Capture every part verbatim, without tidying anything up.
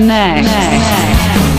Next. Next.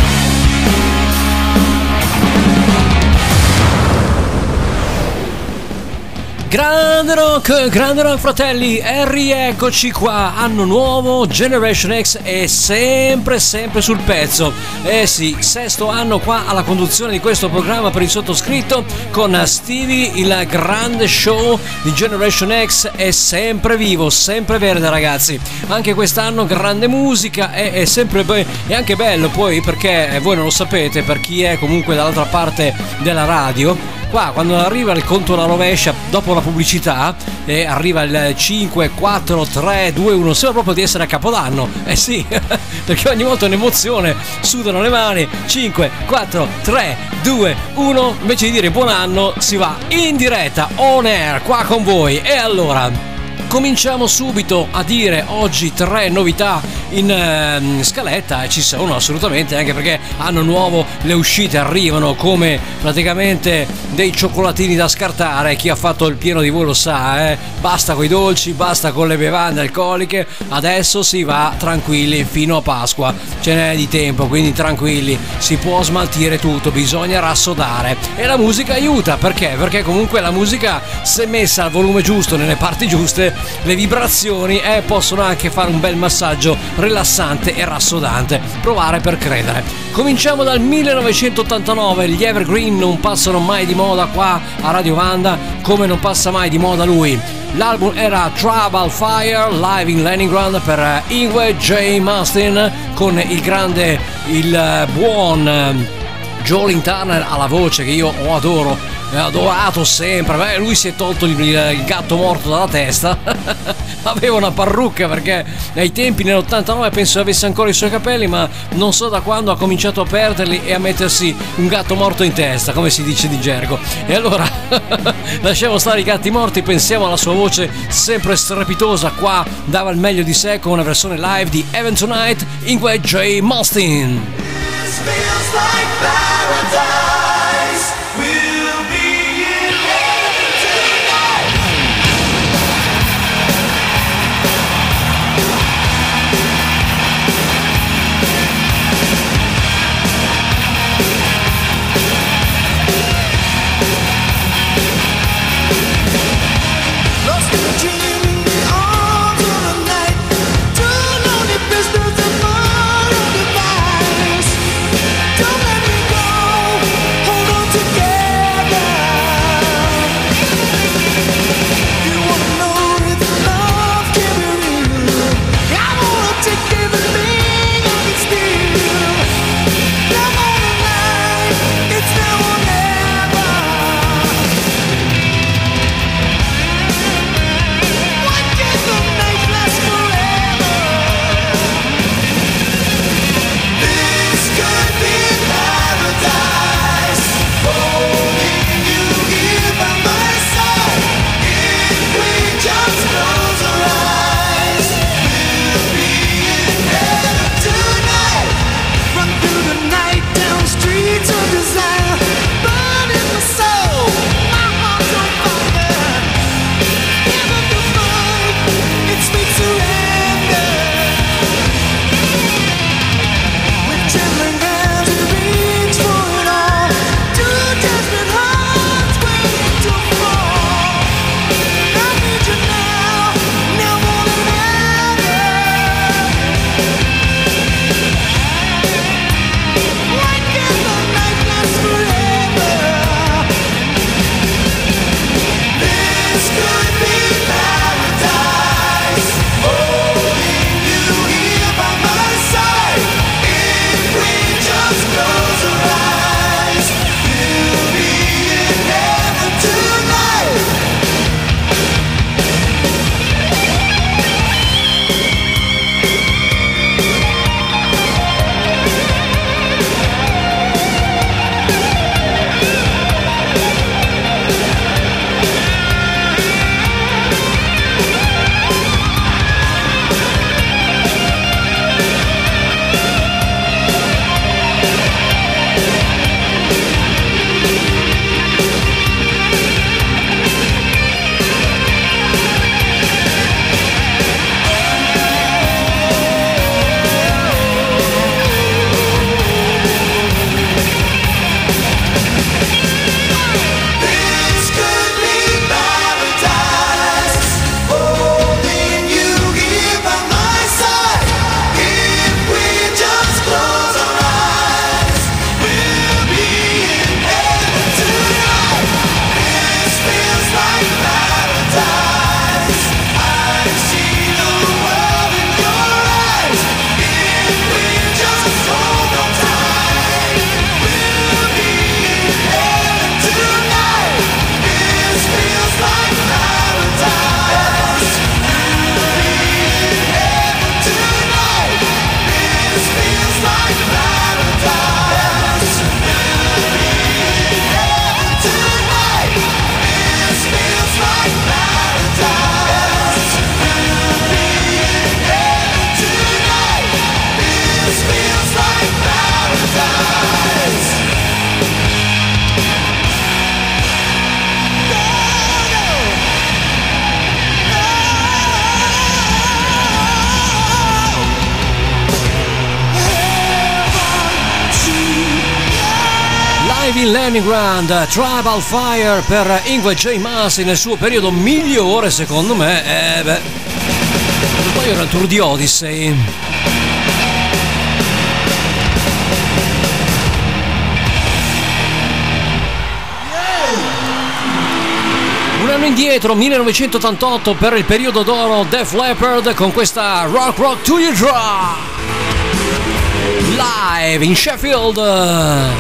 Grande rock, grande rock fratelli, e rieccoci qua, anno nuovo, Generation X è sempre sempre sul pezzo. Eh sì, sesto anno qua alla conduzione di questo programma per il sottoscritto con Stevie, il grande show di Generation X è sempre vivo, sempre verde ragazzi. Anche quest'anno grande musica, è, è sempre be- è anche bello poi perché voi non lo sapete, per chi è comunque dall'altra parte della radio. Qua quando arriva il conto alla rovescia dopo la pubblicità e eh, arriva il cinque, quattro, tre, due, uno, sembra proprio di essere a Capodanno. Eh sì, perché ogni volta è un'emozione, sudano le mani. Cinque, quattro, tre, due, uno, invece di dire buon anno si va in diretta on air qua con voi. E allora cominciamo subito a dire oggi tre novità in eh, scaletta, e ci sono assolutamente, anche perché anno nuovo, le uscite arrivano come praticamente dei cioccolatini da scartare. Chi ha fatto il pieno di voi lo sa, eh? Basta coi dolci, basta con le bevande alcoliche, adesso si va tranquilli fino a Pasqua, ce n'è di tempo, quindi tranquilli, si può smaltire tutto, bisogna rassodare e la musica aiuta, perché? Perché comunque la musica, se messa al volume giusto, nelle parti giuste, le vibrazioni eh, possono anche fare un bel massaggio rilassante e rassodante. Provare per credere. Cominciamo dal millenovecentottantanove, gli Evergreen non passano mai di moda qua a Radio Vanda, come non passa mai di moda lui. L'album era Trouble Fire, live in Leningrad per Yngwie J. Malmsteen, con il grande, il buon Jolin Turner alla voce, che io ho adoro, ho adorato sempre. Beh, lui si è tolto il, il gatto morto dalla testa. Aveva una parrucca, perché ai tempi nell'ottantanove penso avesse ancora i suoi capelli, ma non so da quando ha cominciato a perderli e a mettersi un gatto morto in testa, come si dice di gergo. E allora lasciamo stare i gatti morti, pensiamo alla sua voce sempre strepitosa. Qua dava il meglio di sé con una versione live di Even Tonight, Yngwie J. Malmsteen. This feels like paradise. We'll be in heaven tonight. Lost in a dream in the arms of the night. Too lonely business of my own device. Don't let me go. in Leningrad, Tribal Fire per Yngwie J. Malmsteen nel suo periodo migliore secondo me. Eh beh, poi era il tour di Odyssey. Un anno indietro, millenovecentottantotto, per il periodo d'oro Def Leppard con questa Rock Rock to You Draw live in Sheffield.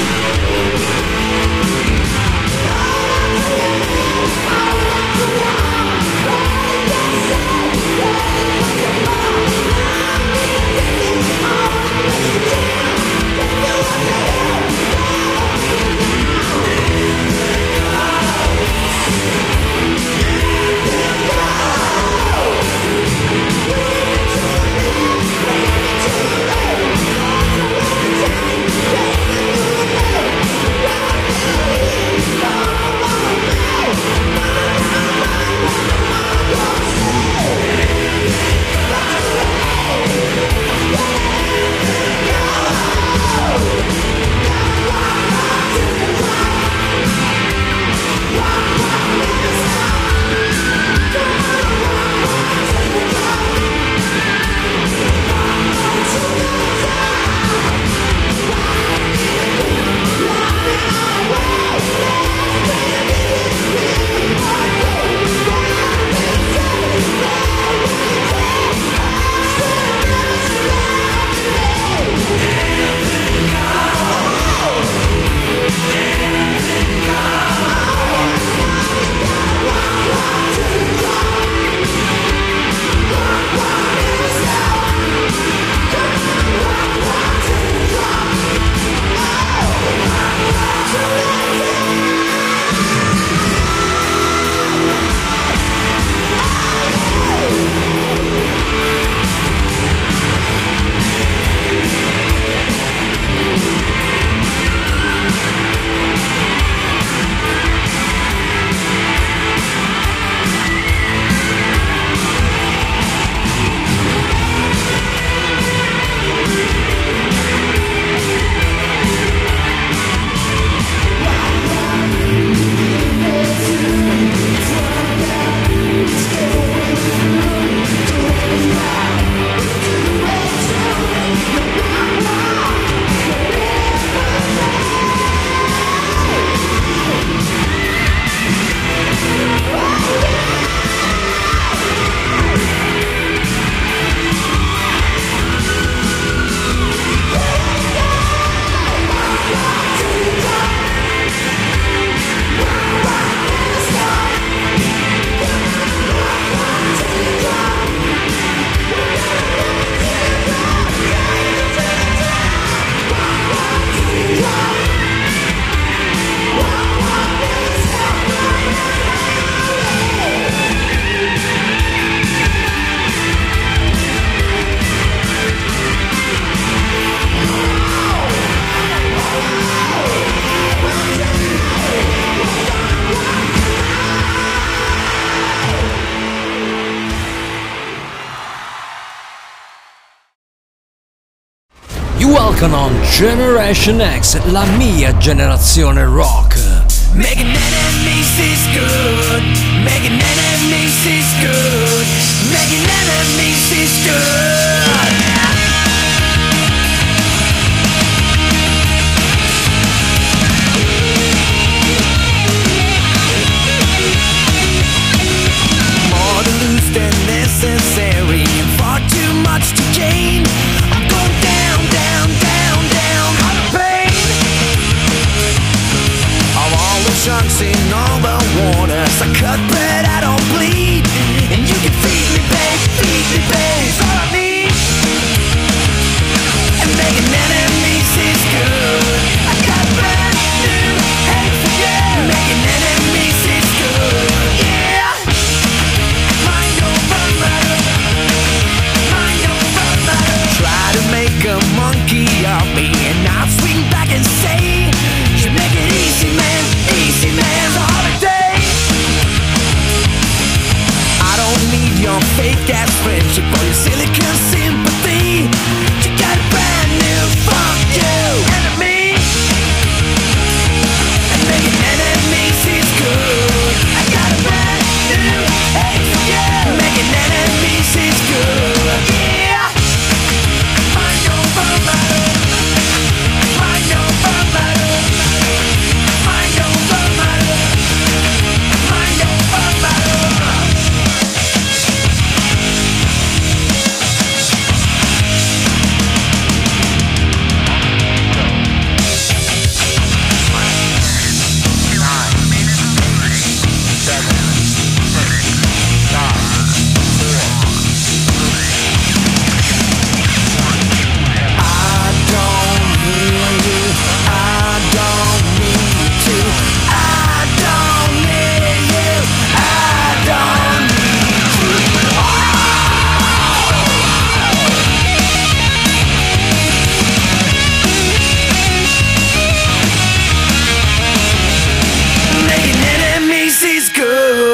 Welcome on Generation X, la mia generazione rock. Making enemies is good. Making enemies is good. Making enemies is good. More to lose than necessary, and far too much to gain. I'm going down, down, down, down on the pain of all the sharks in all the waters. I cut but I don't bleed, and you can feed me, babe, feed me, babe. It's all I need. And making enemies is good. I got brand new hate for you. Making enemies is good. Yeah. Mind over matter. Mind over matter. Try to make a monkey of me, and I'll swing back and say, you make it easy, man, easy, man. It's a holiday. I don't need your fake ass friendship or your silicon sympathy. You got a brand new fuck you enemy.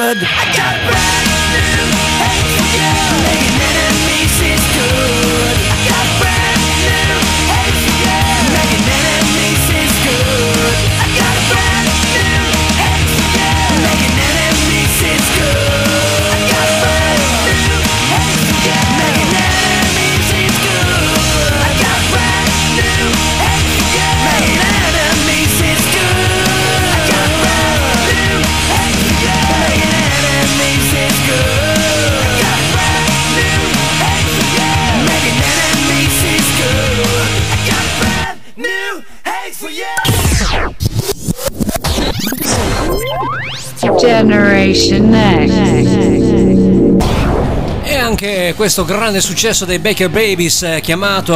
good. I got brand new hate for you. Making enemies is good. I got brand new hate for you. Making enemies is good. I got brand new hate for you. Making enemies is good. I got brand new hate for you. Making enemies is good. I got brand new hate for you. Making enemies is good. I got brand new hate for you. Making enemies is good. I got brand new hate for you. Making enemies is good. I got brand new hate for you. Generation Next. E anche questo grande successo dei Baker Babies eh, chiamato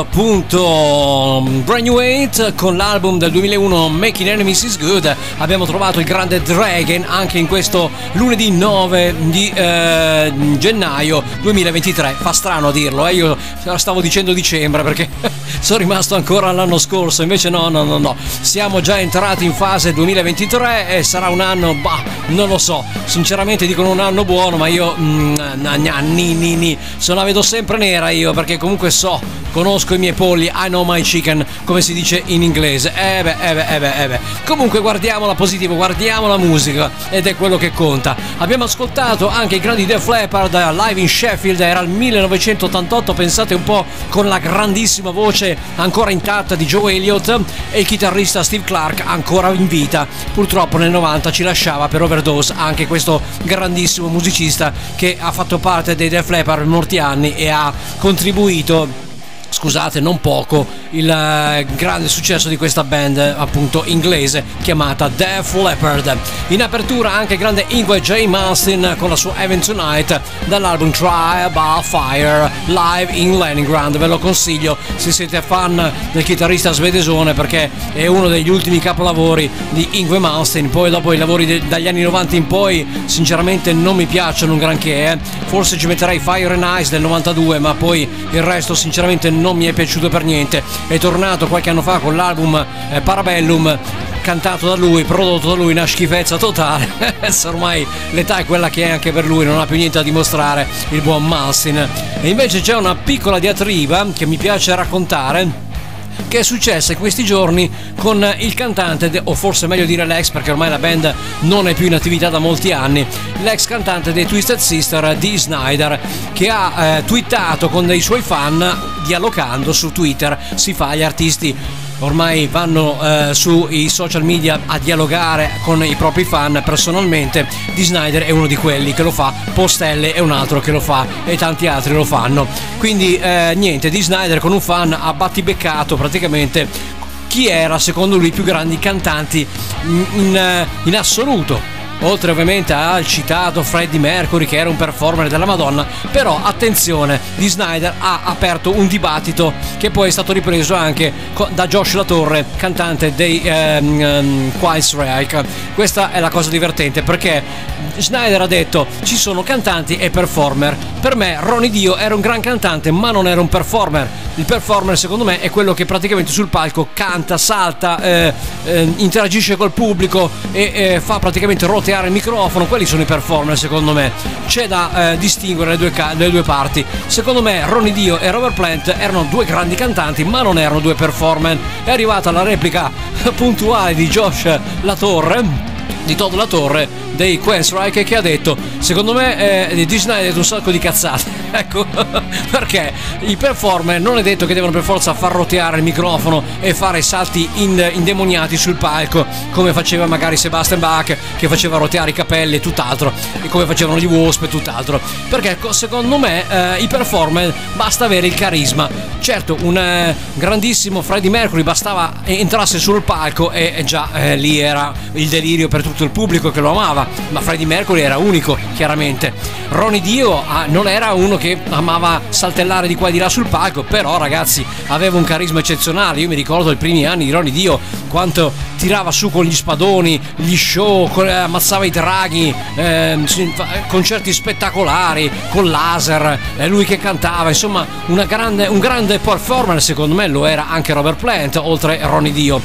appunto um, Brand New Eight con l'album del duemilauno Making Enemies is Good. Abbiamo trovato il grande Dragon anche in questo lunedì nove di eh, gennaio duemilaventitré. Fa strano a dirlo, eh? Io stavo dicendo dicembre perché sono rimasto ancora all'anno scorso, invece no, no, no, no. Siamo già entrati in fase duemilaventitré e sarà un anno, bah, non lo so. Sinceramente dicono un anno buono, ma io mm, anni Ni, se la vedo sempre nera io, perché comunque so, conosco i miei polli, I know my chicken, come si dice in inglese. Eh beh, eh beh, eh beh, eh beh. Comunque guardiamo la positiva, guardiamo la musica ed è quello che conta. Abbiamo ascoltato anche i grandi Def Leppard live in Sheffield, era il millenovecentottantotto, pensate un po', con la grandissima voce ancora intatta di Joe Elliott e il chitarrista Steve Clark ancora in vita. Purtroppo nel novanta ci lasciava per overdose anche questo grandissimo musicista che ha fatto parte dei Def Leppard per molti anni e ha contribuito, scusate, non poco, il uh, grande successo di questa band appunto inglese chiamata Def Leppard. In apertura anche il grande Yngwie J. Malmsteen con la sua Heaven Tonight dall'album Trial by Fire live in Leningrad. Ve lo consiglio se siete fan del chitarrista svedesone, perché è uno degli ultimi capolavori di Yngwie Malmsteen. Poi dopo i lavori de- dagli anni novanta in poi sinceramente non mi piacciono un granché, eh. Forse ci metterei Fire and Ice del novantadue, ma poi il resto sinceramente non mi è piaciuto per niente. È tornato qualche anno fa con l'album eh, Parabellum, cantato da lui, prodotto da lui, una schifezza totale. Ormai l'età è quella che è anche per lui, non ha più niente da dimostrare il buon Malmsteen. E invece c'è una piccola diatriba che mi piace raccontare, che è successa in questi giorni con il cantante, de- o forse meglio dire l'ex, perché ormai la band non è più in attività da molti anni, l'ex cantante dei Twisted Sister, Dee Snider, che ha eh, twittato con dei suoi fan dialogando su Twitter. Si fa, gli artisti ormai vanno eh, sui social media a dialogare con i propri fan personalmente. Dee Snider è uno di quelli che lo fa, Postelle è un altro che lo fa e tanti altri lo fanno. Quindi eh, niente, Dee Snider con un fan ha battibeccato praticamente chi era secondo lui i più grandi cantanti in, in, in assoluto. Oltre ovviamente al citato Freddie Mercury, che era un performer della Madonna. Però attenzione, Dee Snider ha aperto un dibattito che poi è stato ripreso anche da Josh Latorre, cantante dei ehm, ehm, Queensryche. Questa è la cosa divertente, perché Snider ha detto: ci sono cantanti e performer. Per me Ronny Dio era un gran cantante, ma non era un performer. Il performer secondo me è quello che praticamente sul palco canta, salta, eh, eh, interagisce col pubblico e eh, fa praticamente roteare il microfono. Quelli sono i performer secondo me. C'è da eh, distinguere le due, ca- le due parti. Secondo me Ronny Dio e Robert Plant erano due grandi cantanti, ma non erano due performer. È arrivata la replica puntuale di Josh Latorre, di Todd Latorre dei Queensryche, che ha detto: secondo me eh, Dee Snider ha detto un sacco di cazzate. Ecco perché i performer non è detto che devono per forza far roteare il microfono e fare salti ind- indemoniati sul palco, come faceva magari Sebastian Bach, che faceva roteare i capelli e tutt'altro, e come facevano gli Wasp e tutt'altro. Perché secondo me eh, i performer basta avere il carisma. Certo, un eh, grandissimo Freddie Mercury bastava entrasse sul palco e, e già eh, lì era il delirio per tutto il pubblico che lo amava, ma Freddie Mercury era unico, chiaramente. Ronny Dio ah, non era uno che amava saltellare di qua e di là sul palco, però ragazzi aveva un carisma eccezionale. Io mi ricordo i primi anni di Ronny Dio, quanto tirava su con gli spadoni, gli show, con, eh, ammazzava i draghi, eh, concerti spettacolari con laser, è lui che cantava, insomma una grande, un grande performer. Secondo me lo era anche Robert Plant, oltre a Ronny Dio.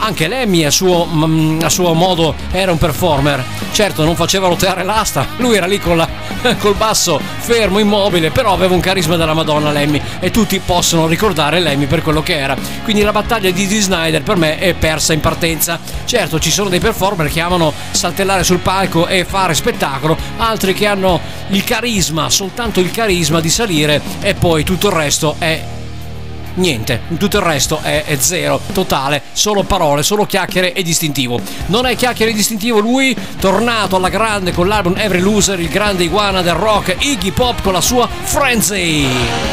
anche Lemmy a suo, mm, a suo modo era un performer. Certo, non faceva roteare l'asta, lui era lì con la, col basso fermo, immobile, però aveva un carisma della Madonna Lemmy, e tutti possono ricordare Lemmy per quello che era. Quindi la battaglia di Dee Snider per me è persa in partenza. Certo, ci sono dei performer che amano saltellare sul palco e fare spettacolo, altri che hanno il carisma, soltanto il carisma di salire, e poi tutto il resto è niente, tutto il resto è, è zero, totale, solo parole, solo chiacchiere e distintivo. Non è chiacchiere e distintivo lui, tornato alla grande con l'album Every Loser, il grande iguana del rock Iggy Pop con la sua Frenzy.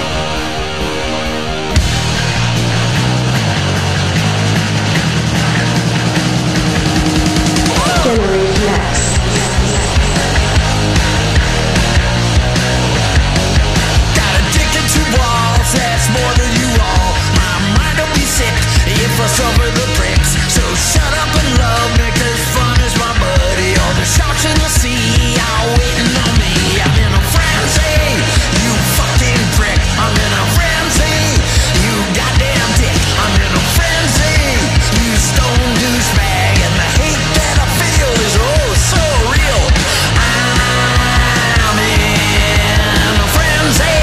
Suffer the bricks, so shut up and love me, 'cause fun is my buddy. All the sharks in the sea are waiting on me. I'm in a frenzy, you fucking prick. I'm in a frenzy, you goddamn dick. I'm in a frenzy, you stone douchebag. And the hate that I feel is oh so real. I'm in a frenzy.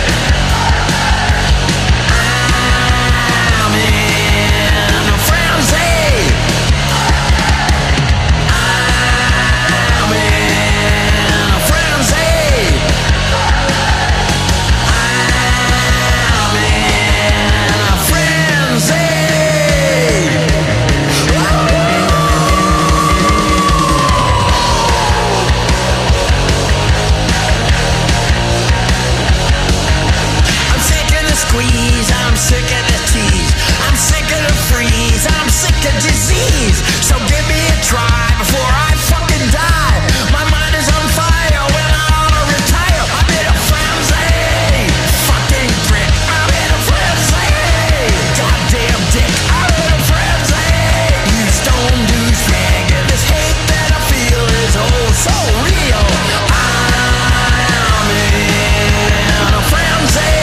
I'm sick of the tease, I'm sick of the freeze, I'm sick of disease. So give me a try before I fucking die. My mind is on fire when I ought to retire. I'm in a frenzy, fucking prick. I'm in a frenzy, goddamn dick. I'm in a frenzy, you stone douchebag. And this hate that I feel is oh so real. I'm in a frenzy.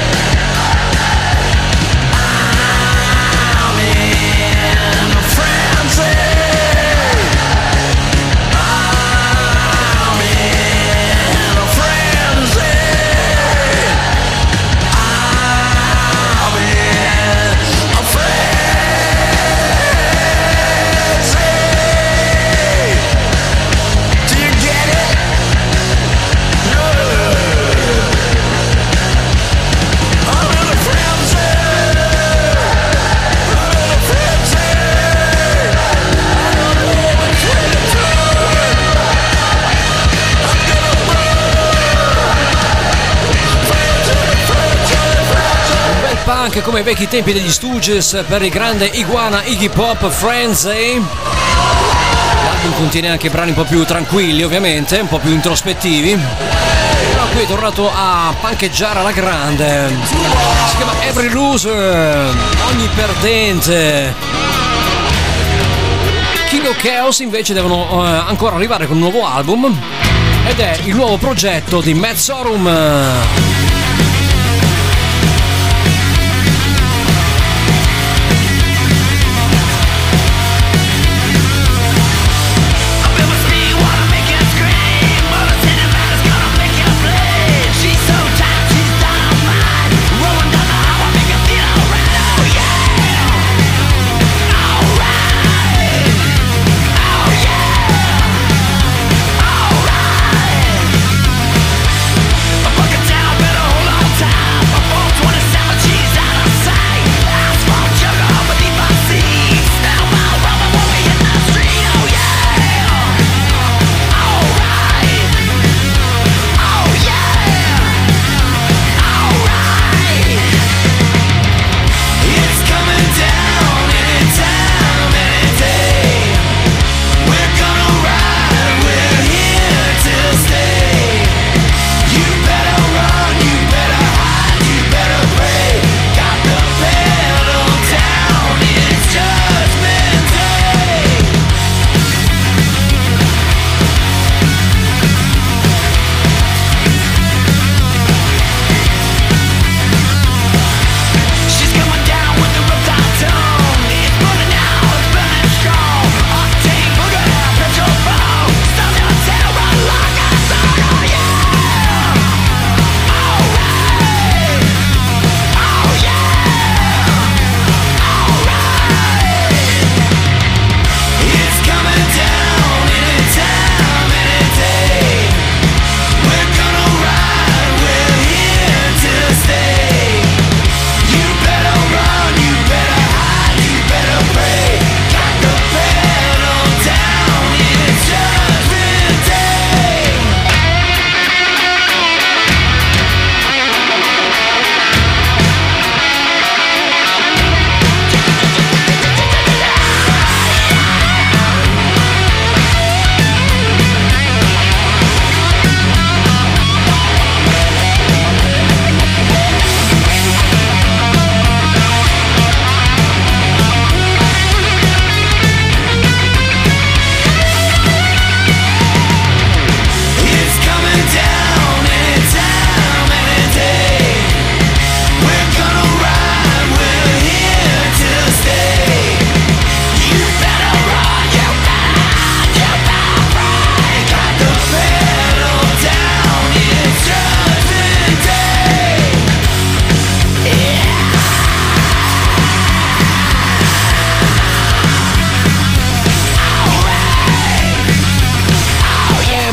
Anche come ai vecchi tempi degli Stooges per il grande iguana Iggy Pop, Frenzy. L'album contiene anche brani un po' più tranquilli, ovviamente, un po' più introspettivi, però qui è tornato a pancheggiare alla grande. Si chiama Every Loser, ogni perdente. Kilo Chaos invece devono eh, ancora arrivare con un nuovo album, ed è il nuovo progetto di Matt Sorum. Down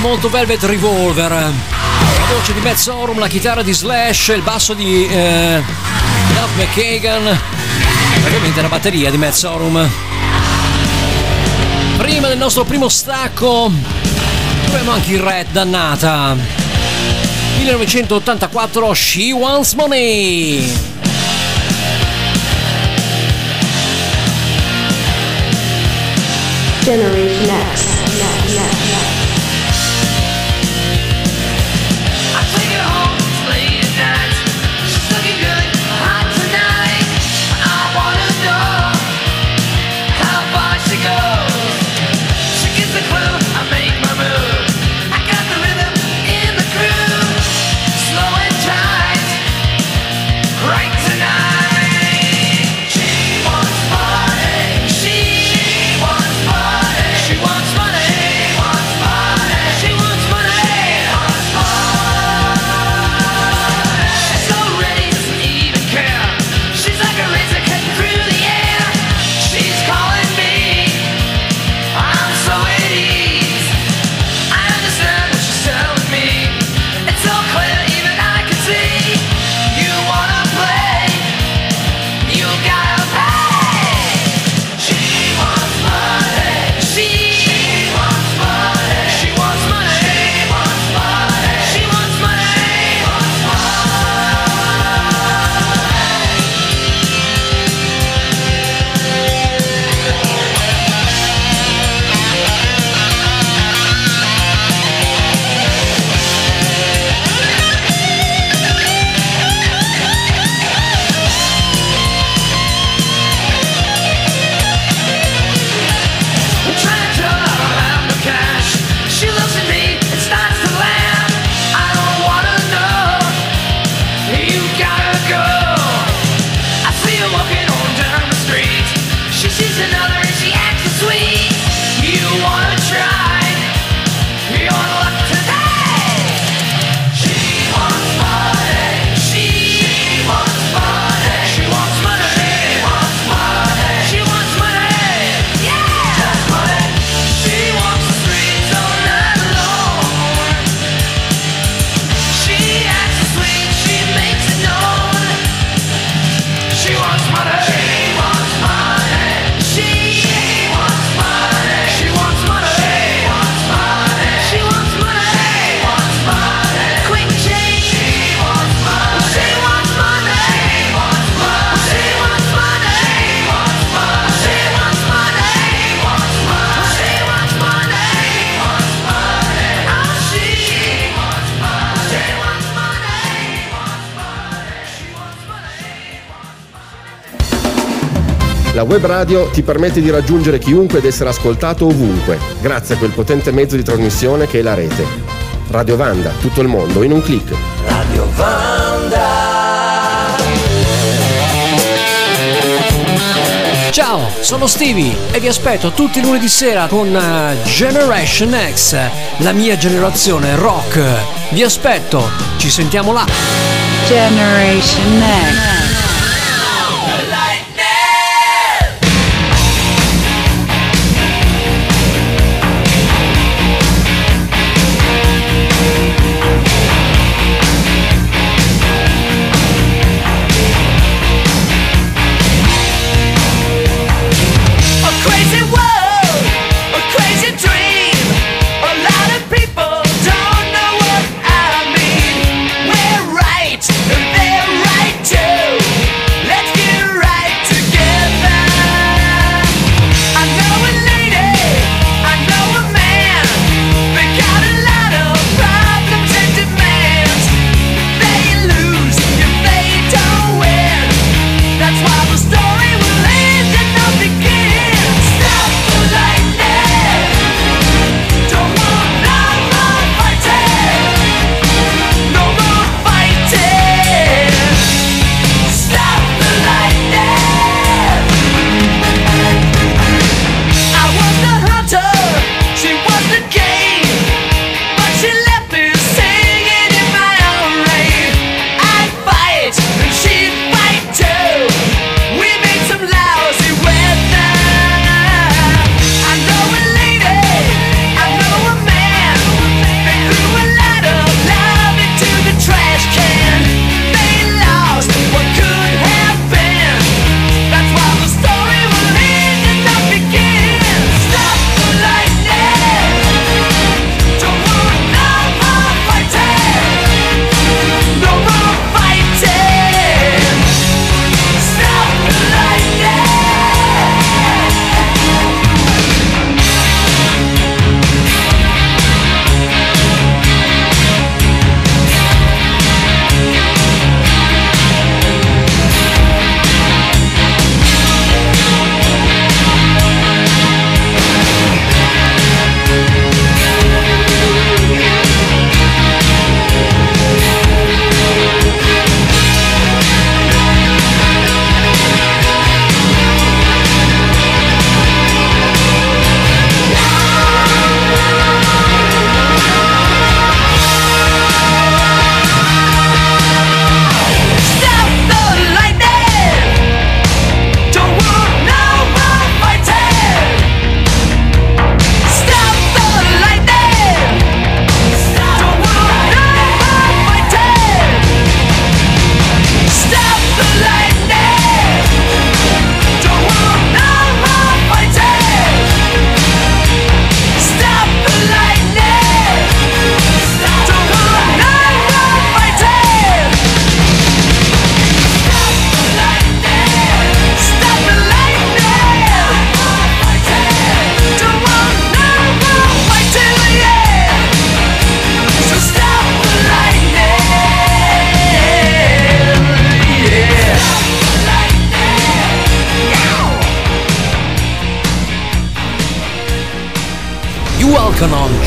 molto Velvet Revolver. La voce di Matt Sorum, la chitarra di Slash, il basso di eh, Duff McKagan, ovviamente la batteria di Matt Sorum. Prima del nostro primo stacco troviamo anche il Red, dannata. millenovecentottantaquattro, She Wants Money. Generation X. La web radio ti permette di raggiungere chiunque ed essere ascoltato ovunque, grazie a quel potente mezzo di trasmissione che è la rete. Radio Vanda, tutto il mondo in un click. Radio Vanda. Ciao, sono Stevie e vi aspetto tutti i lunedì sera con uh, Generation X, la mia generazione rock. Vi aspetto, ci sentiamo là. Generation X. They're right too.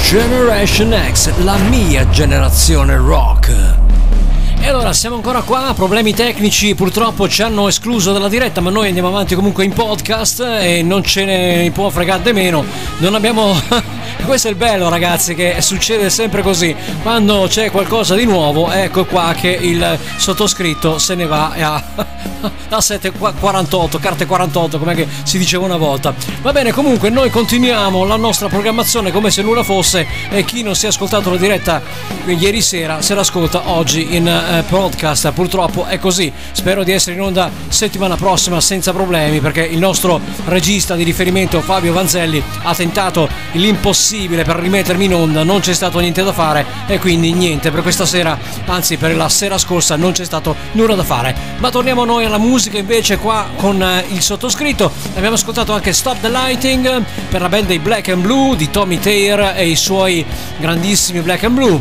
Generation X, la mia generazione rock. E allora siamo ancora qua, problemi tecnici purtroppo ci hanno escluso dalla diretta, ma noi andiamo avanti comunque in podcast e non ce ne può fregare di meno. Non abbiamo... Questo è il bello, ragazzi, che succede sempre così. Quando c'è qualcosa di nuovo, ecco qua che il sottoscritto se ne va a, a sette quarantotto, carte quarantotto, come che si diceva una volta. Va bene, comunque noi continuiamo la nostra programmazione come se nulla fosse, e chi non si è ascoltato la diretta ieri sera se l'ascolta oggi in eh, podcast. Purtroppo è così. Spero di essere in onda settimana prossima senza problemi, perché il nostro regista di riferimento Fabio Vanzelli ha tentato l'impossibile per rimettermi in onda, non c'è stato niente da fare e quindi niente per questa sera, anzi per la sera scorsa non c'è stato nulla da fare. Ma torniamo noi alla musica invece qua con eh, il sottoscritto. Abbiamo ascoltato anche Stop the Lighting per la band dei Black and Blue di Tommy Thayer e i suoi grandissimi Black and Blue.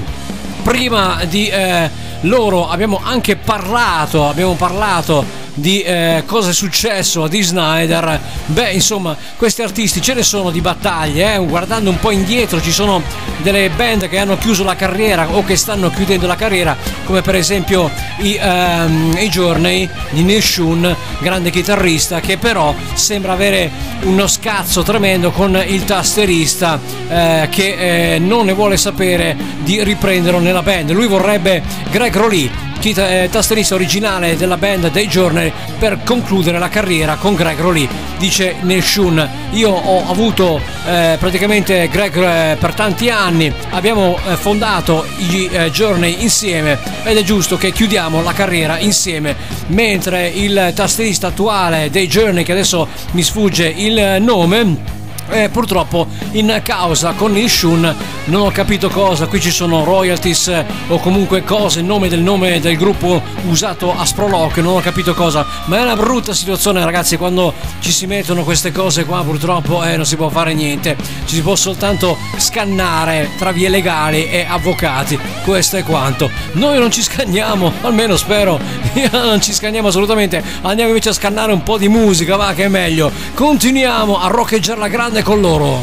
Prima di eh, loro abbiamo anche parlato, abbiamo parlato di eh, cosa è successo a Dee Snider. Beh, insomma, questi artisti ce ne sono di battaglie, eh? Guardando un po' indietro ci sono delle band che hanno chiuso la carriera o che stanno chiudendo la carriera, come per esempio i, um, i Journey di Neil Schon, grande chitarrista, che però sembra avere uno scazzo tremendo con il tasterista eh, che eh, non ne vuole sapere di riprenderlo nella band. Lui vorrebbe Greg Rowley, tasterista originale della band dei Journey, per concludere la carriera con Greg Rowley. Dice Neil Schon: io ho avuto eh, praticamente Greg eh, per tanti anni, abbiamo eh, fondato i eh, Journey insieme ed è giusto che chiudiamo la carriera insieme. Mentre il tasterista attuale dei Journey, che adesso mi sfugge il nome, Eh, purtroppo in causa con Neil Schon, non ho capito cosa, qui ci sono royalties eh, o comunque cose, il nome del nome del gruppo usato a sproloquio, non ho capito cosa, ma è una brutta situazione, ragazzi, quando ci si mettono queste cose qua, purtroppo eh, non si può fare niente, ci si può soltanto scannare tra vie legali e avvocati, questo è quanto. Noi non ci scanniamo, almeno spero, non ci scanniamo assolutamente, andiamo invece a scannare un po' di musica, va, che è meglio. Continuiamo a roccheggiare la grande con loro,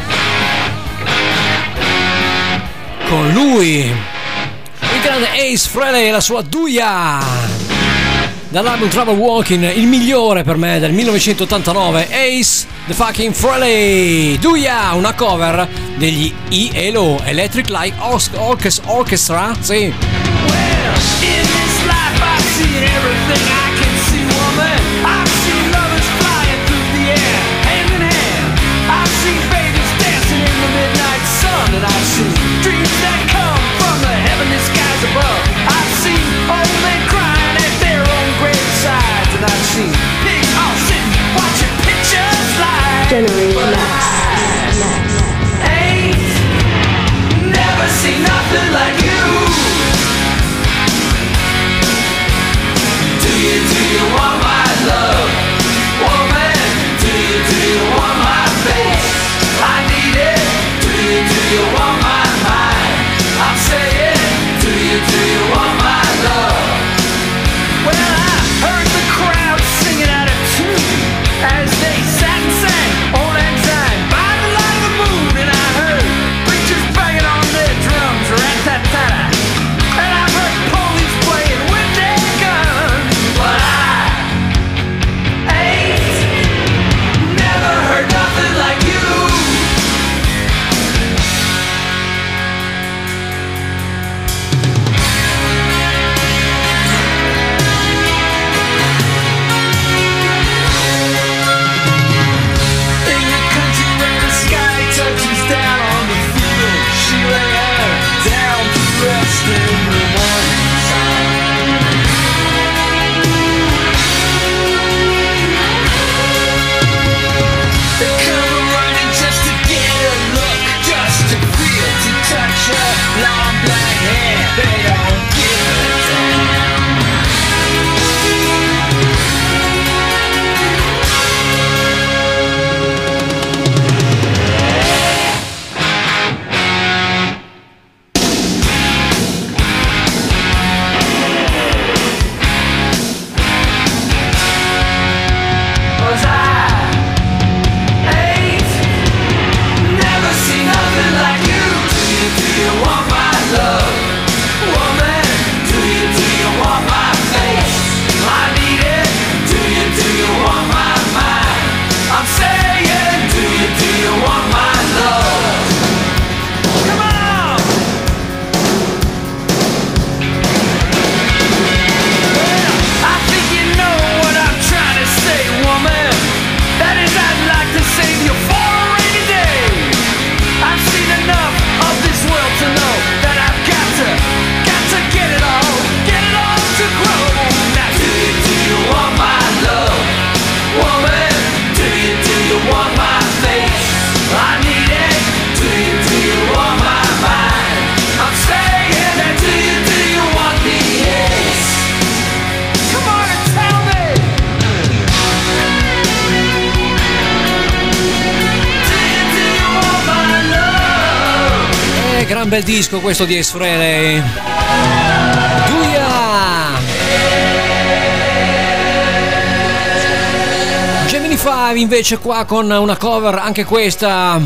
con lui il grande Ace Frehley e la sua Duya, dall'album Trouble Walking, il migliore per me del millenovecentottantanove. Ace the fucking Frehley, Duya, una cover degli E L O, Electric Light Orchestra, Orchestra, sì. Well, in this life I've seen everything I can see, woman. I've seen lovers flying through the air, hand in hand. I've seen babies dancing in the midnight sun, and I've seen dreams that come from the heavenly skies above. I've seen old men crying at their own gravesides, and I've seen pigs all sitting watching pictures slide. Generation X. Ain't never seen nothing like you. Do you, do you want my love? Woman, do you, do you want my face? I need it. Do you, do you want my mind? I'm saying, do you, do you want my love? Well, I heard the crowd singing out of tune as they sat and sang Old Lang Syne by the light of the moon, and I heard preachers banging on their drums, rat-tat-tat-tat. And I heard police playing with their guns, but I ain't never heard nothing like you. gran bel disco questo di Ace Frehley. Duia! Gemini cinque invece qua con una cover, anche questa,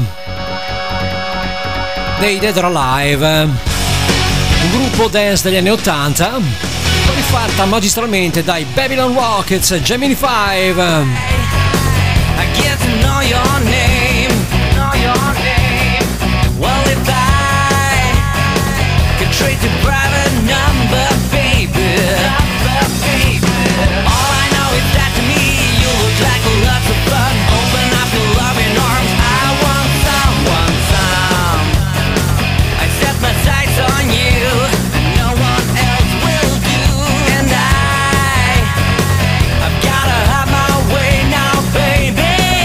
dei Dead or Alive, un gruppo dance degli anni ottanta, rifatta magistralmente dai Babylon Rockets. Gemini cinque. I get to know your name, know your name. Well, if I could trade the private number, baby, number, baby. All I know is that to me you look like a lot of fun. Open up your loving arms. I want some, want some. I set my sights on you. No one else will do. And I, I've gotta have my way now, baby.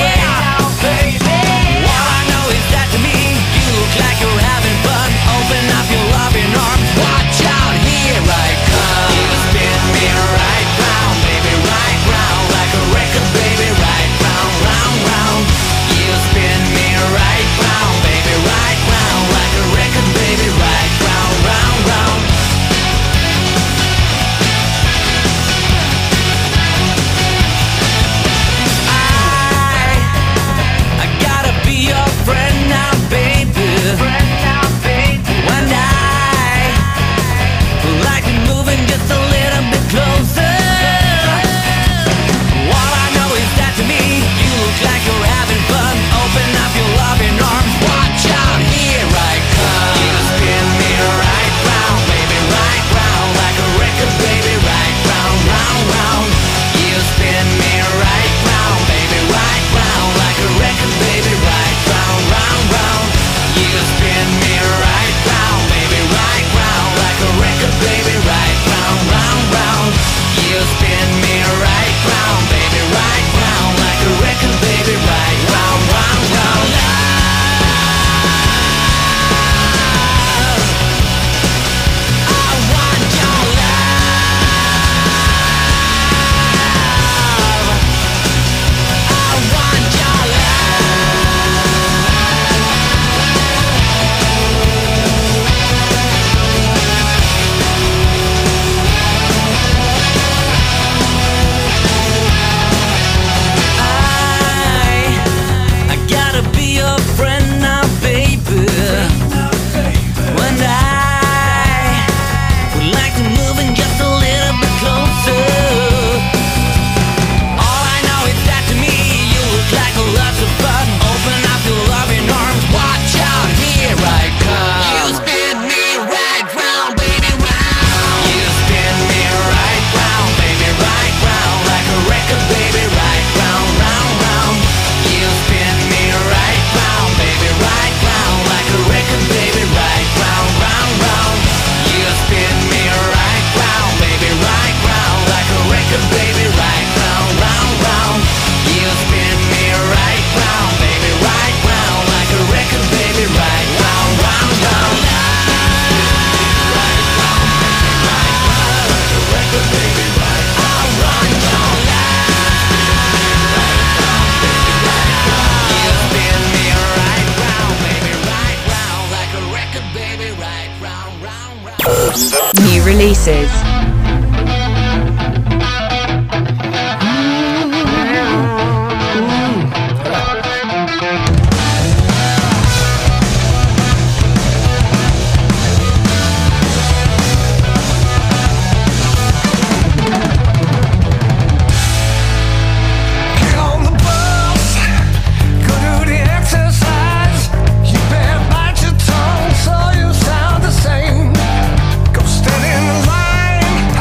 New releases. So you sound the same. Go stand in the line.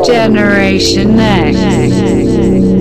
Generation Next.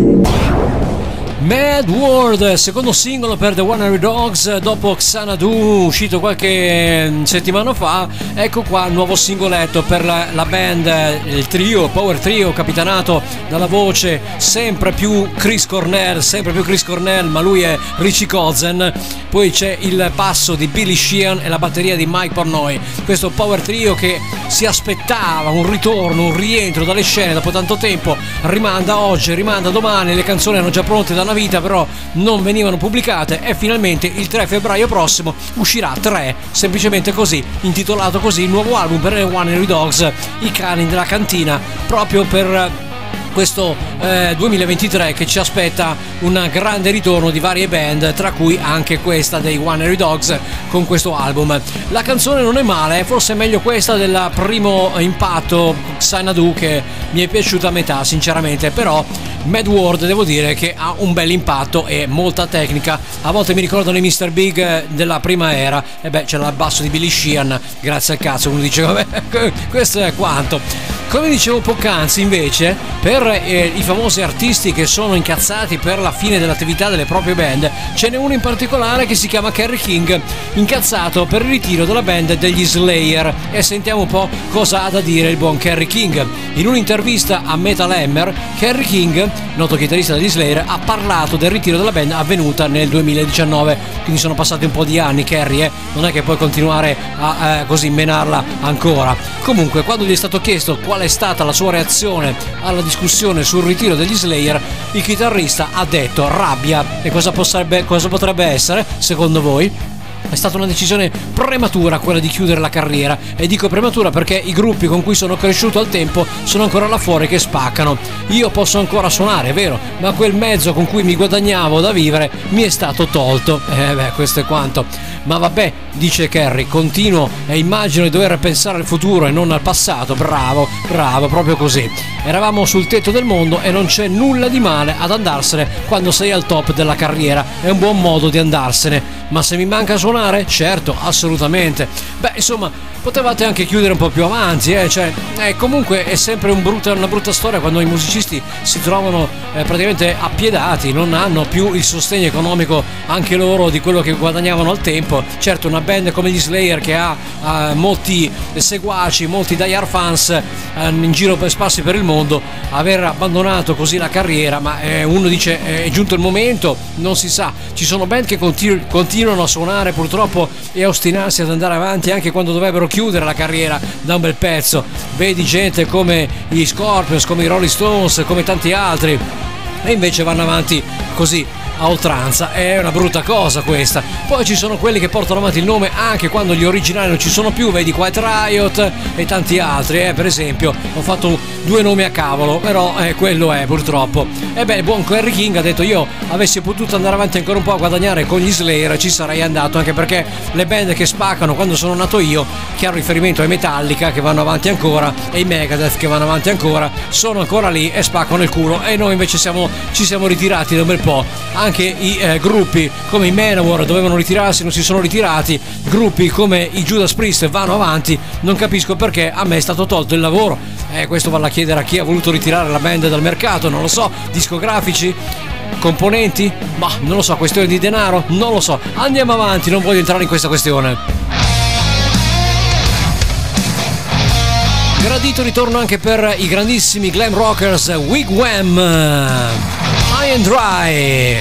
Mad World, secondo singolo per The One Hundred Dogs dopo Xanadu, uscito qualche settimana fa. Ecco qua, nuovo singoletto per la, la band, il trio, power trio, capitanato dalla voce sempre più Chris Cornell, sempre più Chris Cornell, ma lui è Richie Kotzen. Poi c'è il basso di Billy Sheehan e la batteria di Mike Portnoy. Questo power trio che si aspettava un ritorno, un rientro dalle scene dopo tanto tempo, rimanda oggi, rimanda domani, le canzoni erano già pronte da una vita, però non venivano pubblicate, e finalmente il tre febbraio prossimo uscirà tre, semplicemente così, intitolato così, il nuovo album per The One Hundred Dogs, i cani della cantina, proprio per questo eh, duemilaventitré che ci aspetta un grande ritorno di varie band, tra cui anche questa dei One Hundred Dogs con questo album. La canzone non è male, forse è meglio questa del primo impatto Xanadu, che mi è piaciuta a metà sinceramente, però Mad World devo dire che ha un bel impatto e molta tecnica, a volte mi ricordano i mister Big della prima era, e beh c'era il basso di Billy Sheehan, grazie al cazzo, uno dice vabbè questo è quanto. Come dicevo poc'anzi invece, per eh, i famosi artisti che sono incazzati per la fine dell'attività delle proprie band, ce n'è uno in particolare che si chiama Kerry King, incazzato per il ritiro della band degli Slayer, e sentiamo un po' cosa ha da dire il buon Kerry King. In un'intervista a Metal Hammer, Kerry King, noto chitarrista degli Slayer, ha parlato del ritiro della band avvenuta nel duemiladiciannove, quindi sono passati un po' di anni, Kerry, eh? non è che puoi continuare a eh, così menarla ancora. Comunque, quando gli è stato chiesto qual è stata la sua reazione alla discussione sul ritiro degli Slayer, il chitarrista ha detto rabbia. E cosa potrebbe, cosa potrebbe essere, secondo voi? È stata una decisione prematura quella di chiudere la carriera, e dico prematura perché i gruppi con cui sono cresciuto al tempo sono ancora là fuori che spaccano. Io posso ancora suonare, è vero, ma quel mezzo con cui mi guadagnavo da vivere mi è stato tolto. Eh beh, questo è quanto. Ma vabbè, dice Kerry, continuo e immagino di dover pensare al futuro e non al passato. Bravo, bravo, proprio così. Eravamo sul tetto del mondo e non c'è nulla di male ad andarsene quando sei al top della carriera, è un buon modo di andarsene. Ma se mi manca suonare? Certo, assolutamente. Beh, insomma, potevate anche chiudere un po' più avanti, eh? Cioè, eh, comunque è sempre un brutta, una brutta storia quando i musicisti si trovano eh, praticamente appiedati, non hanno più il sostegno economico anche loro di quello che guadagnavano al tempo. Certo, una band come gli Slayer che ha eh, molti seguaci, molti die-hard fans eh, in giro per sparsi per il mondo, aver abbandonato così la carriera, ma eh, uno dice eh, è giunto il momento, non si sa. Ci sono band che continu- continuano a suonare purtroppo e a ostinarsi ad andare avanti anche quando dovrebbero chiudere la carriera da un bel pezzo. Vedi gente come gli Scorpions, come i Rolling Stones, come tanti altri, e invece vanno avanti così a oltranza. È una brutta cosa questa. Poi ci sono quelli che portano avanti il nome anche quando gli originali non ci sono più, vedi Quiet Riot e tanti altri, eh. Per esempio ho fatto due nomi a cavolo, però eh, quello è purtroppo. E beh, il buon Kerry King ha detto io avessi potuto andare avanti ancora un po' a guadagnare con gli Slayer ci sarei andato, anche perché le band che spaccano quando sono nato io, chiaro riferimento ai Metallica che vanno avanti ancora e i Megadeth che vanno avanti ancora, sono ancora lì e spaccano il culo, e noi invece siamo, ci siamo ritirati da un bel po'. Anche i eh, gruppi come i Manowar dovevano ritirarsi, non si sono ritirati. Gruppi come i Judas Priest vanno avanti, non capisco perché a me è stato tolto il lavoro. Eh, questo vale a chiedere a chi ha voluto ritirare la band dal mercato, non lo so, discografici, componenti, ma non lo so, questione di denaro, non lo so. Andiamo avanti, non voglio entrare in questa questione. Gradito ritorno anche per i grandissimi glam rockers Wigwam, High and Dry.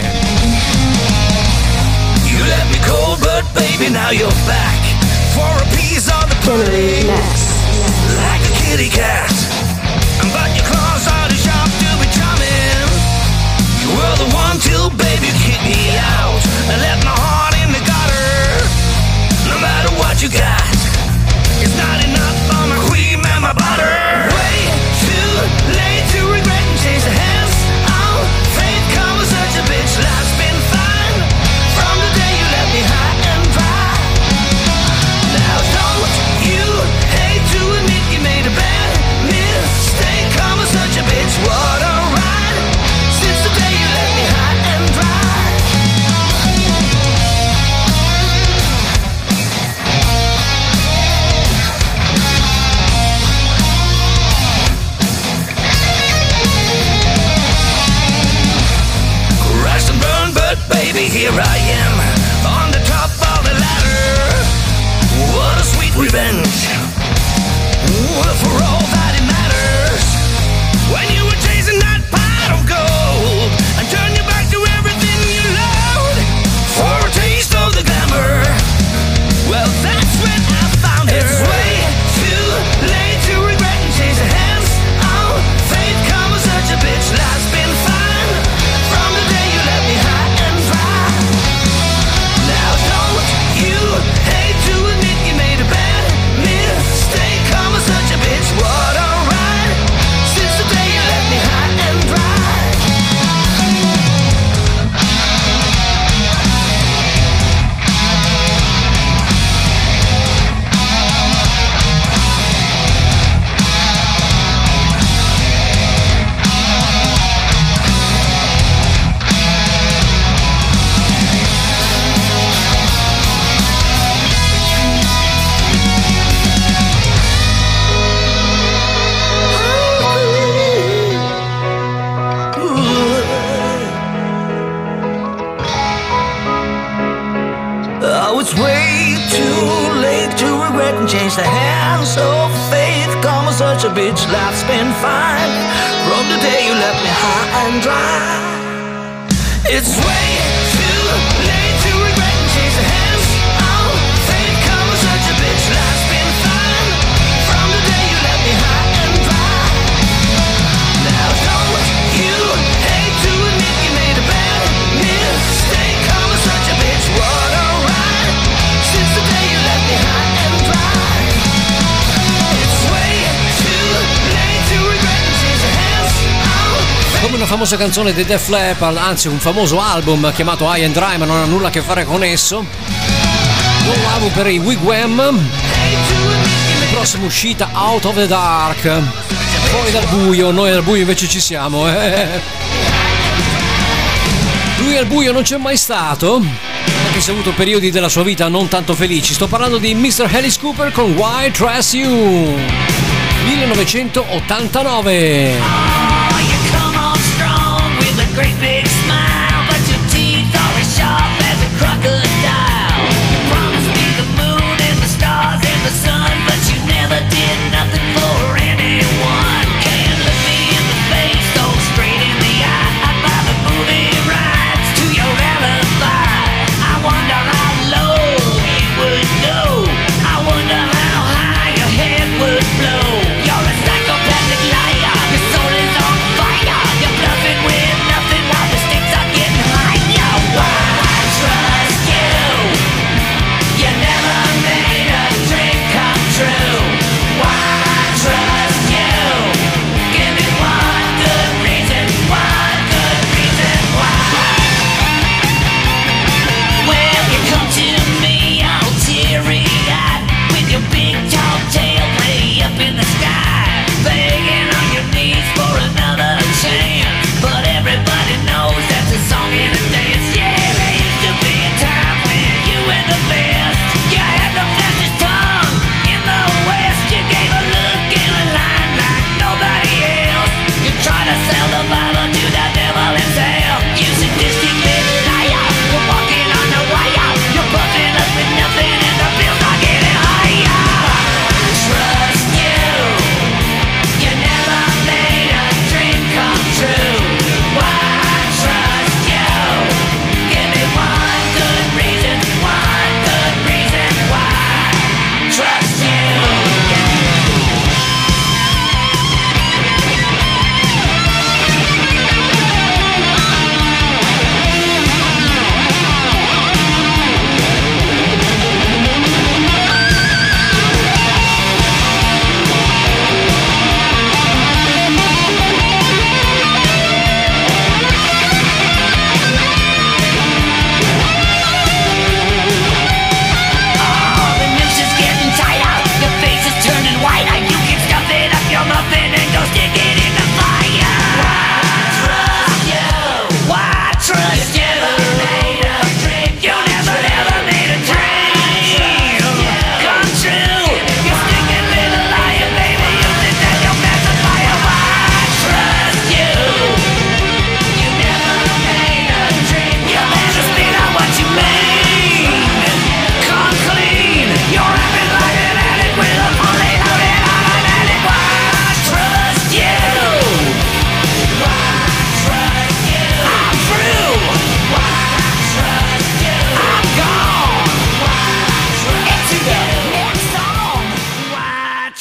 You left me cold, but baby, now you're back for a piece of the party, like a kitty cat. But your claws are too sharp to be charming. You were the one till baby kicked me out and left my heart in the gutter. No matter what you got, it's not enough for my cream and my butter. Way too late to regret and change the hands of fate. Come with such a bitch, life's been fine from the day you left me high and dry. Now don't you hate to admit you made a bad mistake. Come with such a bitch, what a ride since the day you left me high and dry. revenge. Well, for all that it matters, when you were chasing that pot of gold and turn your back to everything you loved for a taste of the glamour. Well, that's when I found her. It's way too late to regret and change the hands. Oh, faith come with such a bitch. Life's been fine from the day you left me high and dry. Now don't you hate to admit you made a bad mistake? Come with such a bitch. What a ride since the day you left me high and dry. Oh, it's way too late to regret and change the hands of faith. Come on, such a bitch, life's been fine from the day you left me high and dry. It's way too late to regret and change the hands of faith. Come on, such a bitch, life's been fine from the day you left me high and dry. Now don't you hate to admit you made a bad mistake? Come on, such a bitch, what a ride since the day you left me high and dry. It's way too late to regret and change the hands of. Come una famosa canzone dei Def Leppard, anzi un famoso album chiamato High and Dry, ma non ha nulla a che fare con esso. Nuovo album per i Wigwam, prossima uscita Out of the Dark, fuori dal buio. Noi dal buio invece ci siamo, eh. Lui al buio non c'è mai stato, anche se ha avuto periodi della sua vita non tanto felici. Sto parlando di mister Alice Cooper con Why Trust You, millenovecentottantanove. Oh, you come on strong with a great big smile, but your teeth are as sharp as a crocodile. You promised me the moon and the stars and the sun, but you never did nothing for anyone. Can't look me in the face, go straight in the eye. I buy the movie rights to your alibi. I wonder how low you would go. I wonder how high your head would blow. You're a psychopathic liar, your soul is on fire. You're bluffing with nothing but the stick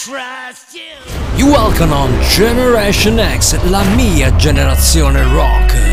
trust you. You welcome on Generation X, la mia generazione rock.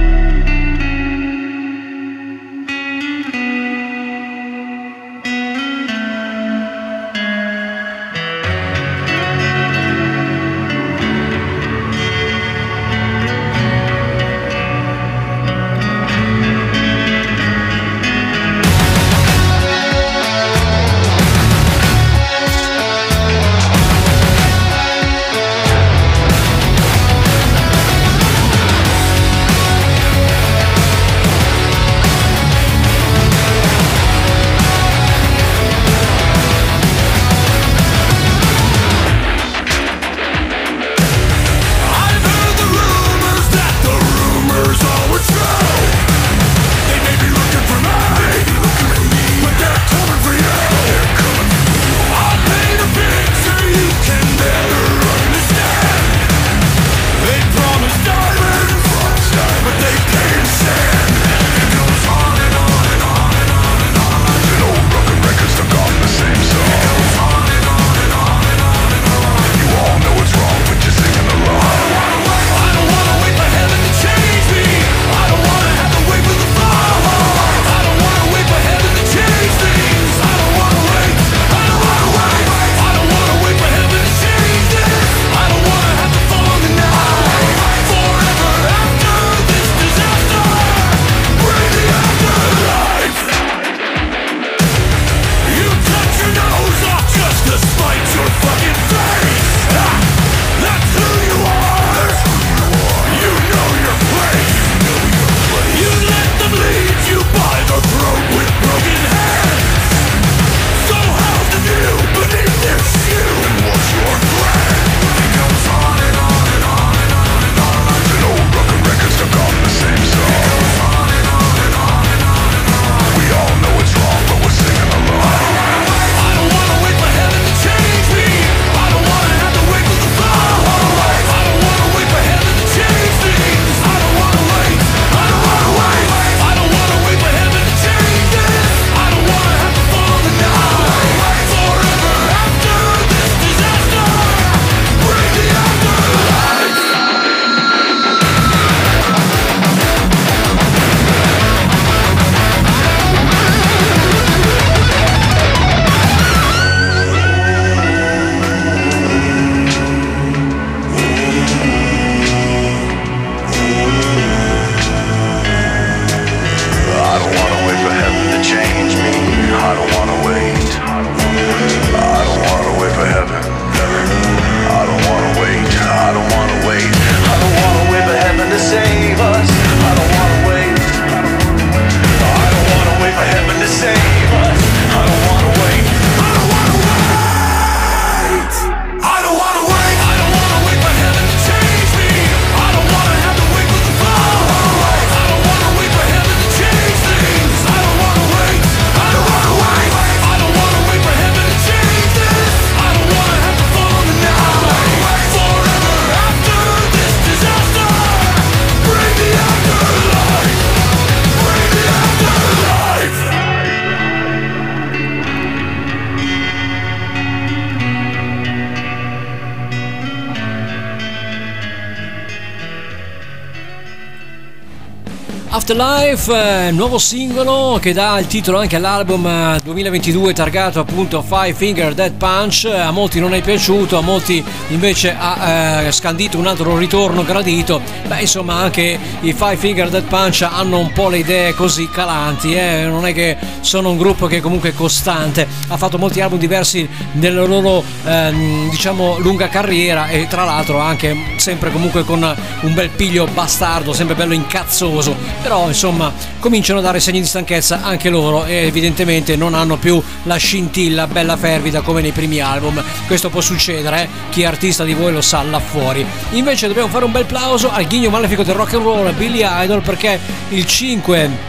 Afterlife, eh, nuovo singolo che dà il titolo anche all'album eh, duemilaventidue targato appunto Five Finger Death Punch. A molti non è piaciuto, a molti invece ha eh, scandito un altro ritorno gradito. Beh, insomma, anche i Five Finger Death Punch hanno un po' le idee così calanti, eh? Non è che sono un gruppo che comunque è costante, ha fatto molti album diversi nella loro ehm, diciamo lunga carriera, e tra l'altro anche sempre comunque con un bel piglio bastardo, sempre bello incazzoso. Però insomma cominciano a dare segni di stanchezza anche loro, e evidentemente non hanno più la scintilla bella fervida come nei primi album. Questo può succedere, eh? Chi è artista di voi lo sa là fuori. Invece dobbiamo fare un bel plauso al ghigno malefico del rock and roll, Billy Idol, perché il cinque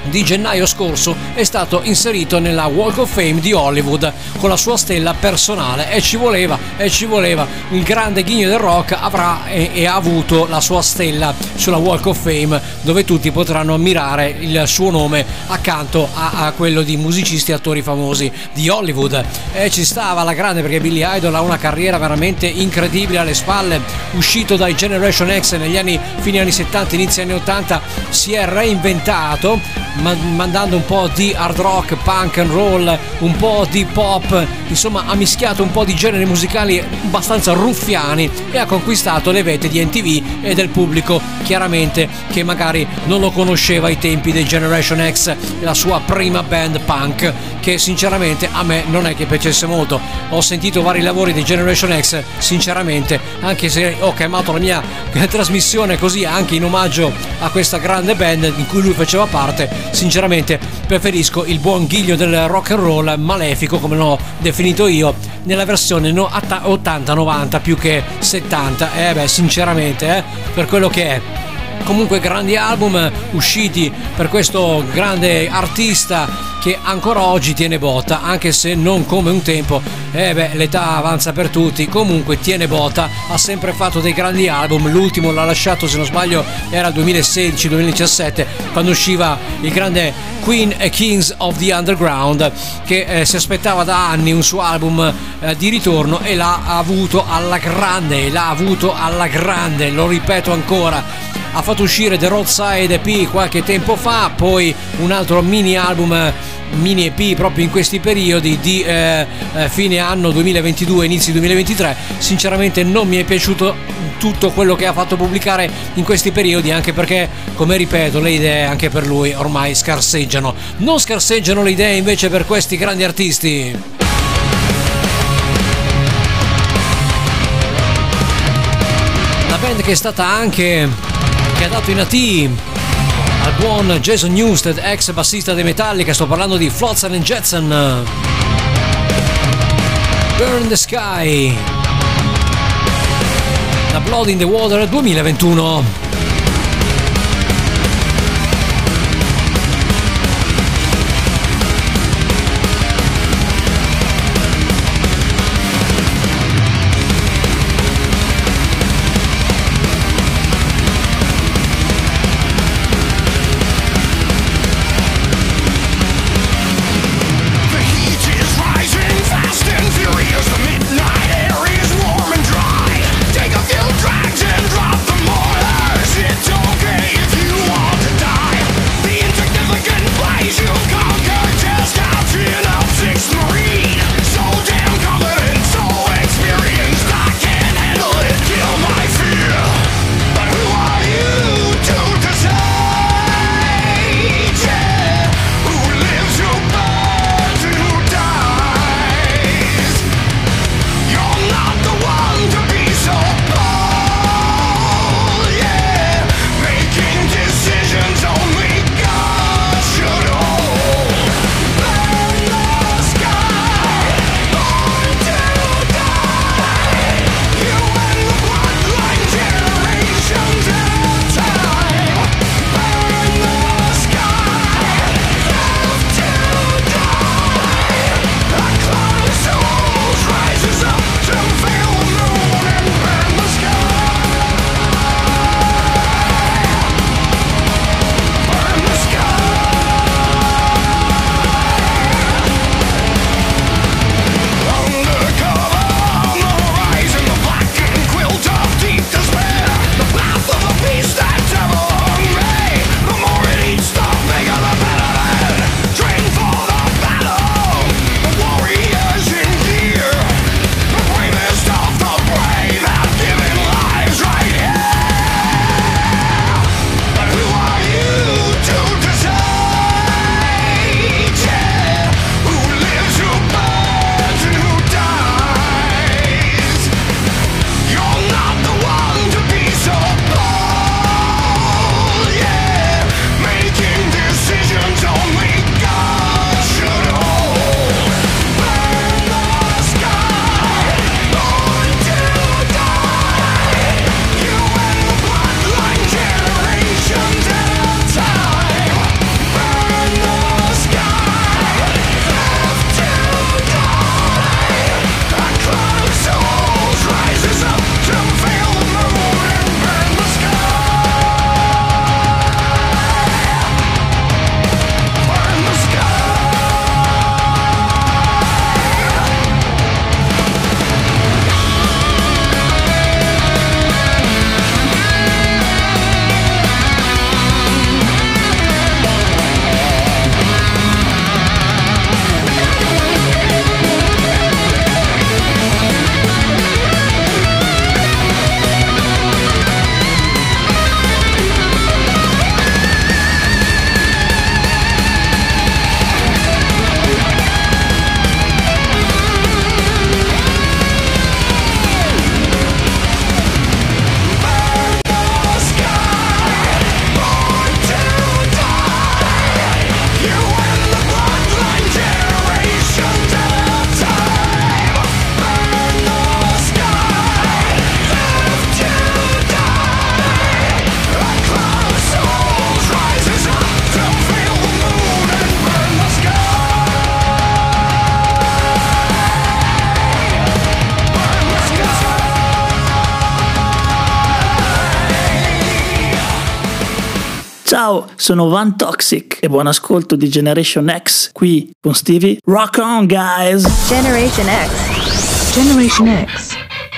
di gennaio scorso è stato inserito nella Walk of Fame di Hollywood con la sua stella personale, e ci voleva, e ci voleva. Il grande ghigno del rock avrà e, e ha avuto la sua stella sulla Walk of Fame, dove tutti potranno ammirare il suo nome accanto a, a quello di musicisti e attori famosi di Hollywood. E ci stava la grande, perché Billy Idol ha una carriera veramente incredibile alle spalle. Uscito dai Generation X negli anni fine anni settanta, inizio anni ottanta, si è reinventato mandando un po' di hard rock, punk and roll, un po' di pop, insomma ha mischiato un po' di generi musicali abbastanza ruffiani e ha conquistato le vete di M T V e del pubblico, chiaramente, che magari non lo conosceva ai tempi dei Generation X, la sua prima band punk, che sinceramente a me non è che piacesse molto. Ho sentito vari lavori dei Generation X, sinceramente, anche se ho chiamato la mia trasmissione così anche in omaggio a questa grande band in cui lui faceva parte, sinceramente preferisco il buon Ghiglio del rock and roll malefico, come l'ho definito io, nella versione no, ottanta novanta più che settanta. Eh beh, sinceramente, eh, per quello che è. Comunque grandi album usciti per questo grande artista che ancora oggi tiene botta, anche se non come un tempo. Eh beh, l'età avanza per tutti, comunque tiene botta, ha sempre fatto dei grandi album. L'ultimo l'ha lasciato, se non sbaglio, era il duemilasedici duemiladiciassette, quando usciva il grande Queen e Kings of the Underground, che eh, si aspettava da anni un suo album eh, di ritorno, e l'ha avuto alla grande, l'ha avuto alla grande, lo ripeto ancora. Ha fatto uscire The Roadside E P qualche tempo fa, poi un altro mini album, mini E P proprio in questi periodi di eh, eh, fine anno duemilaventidue, inizi duemilaventitré. Sinceramente non mi è piaciuto tutto quello che ha fatto pubblicare in questi periodi, anche perché, come ripeto, le idee anche per lui ormai scarseggiano. Non scarseggiano le idee invece per questi grandi artisti. La band che è stata anche, che ha dato i nati al buon Jason Newsted, ex bassista dei Metallica, sto parlando di Flotsam and Jetsam. Burn the Sky, da Blood in the Water duemilaventuno. Take a few drags and drop the mortar. Ciao, sono Van Toxic e buon ascolto di Generation X qui con Stevie. Rock on, guys! Generation X. Generation X.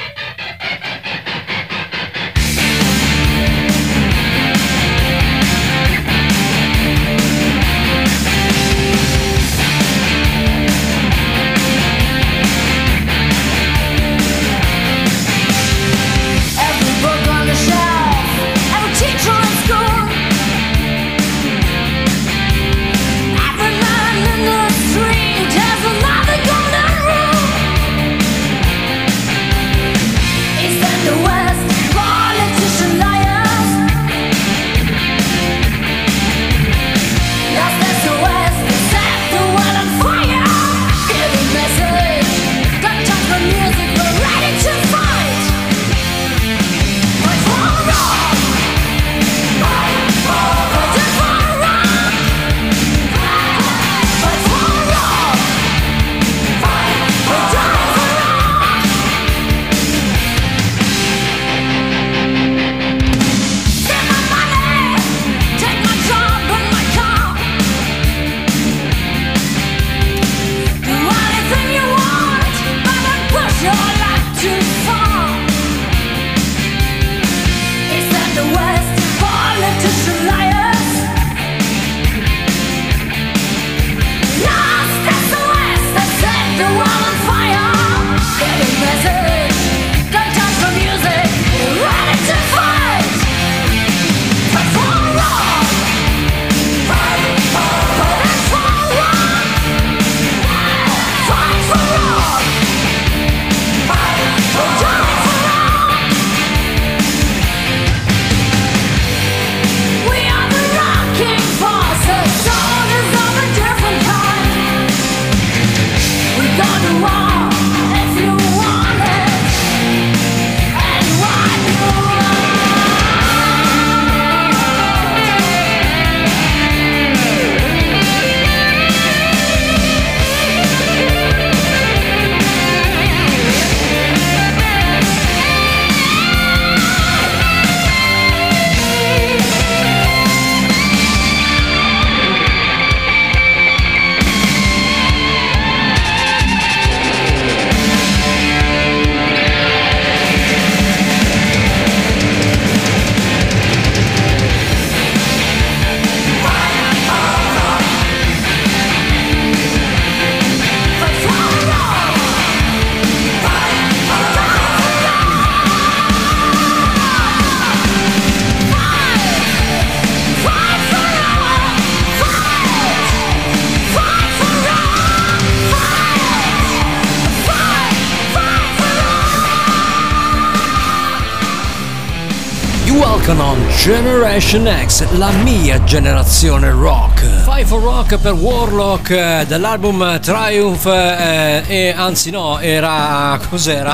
On Generation X, la mia generazione rock. Five for Rock per Warlock eh, dell'album Triumph eh, e anzi no, era cos'era?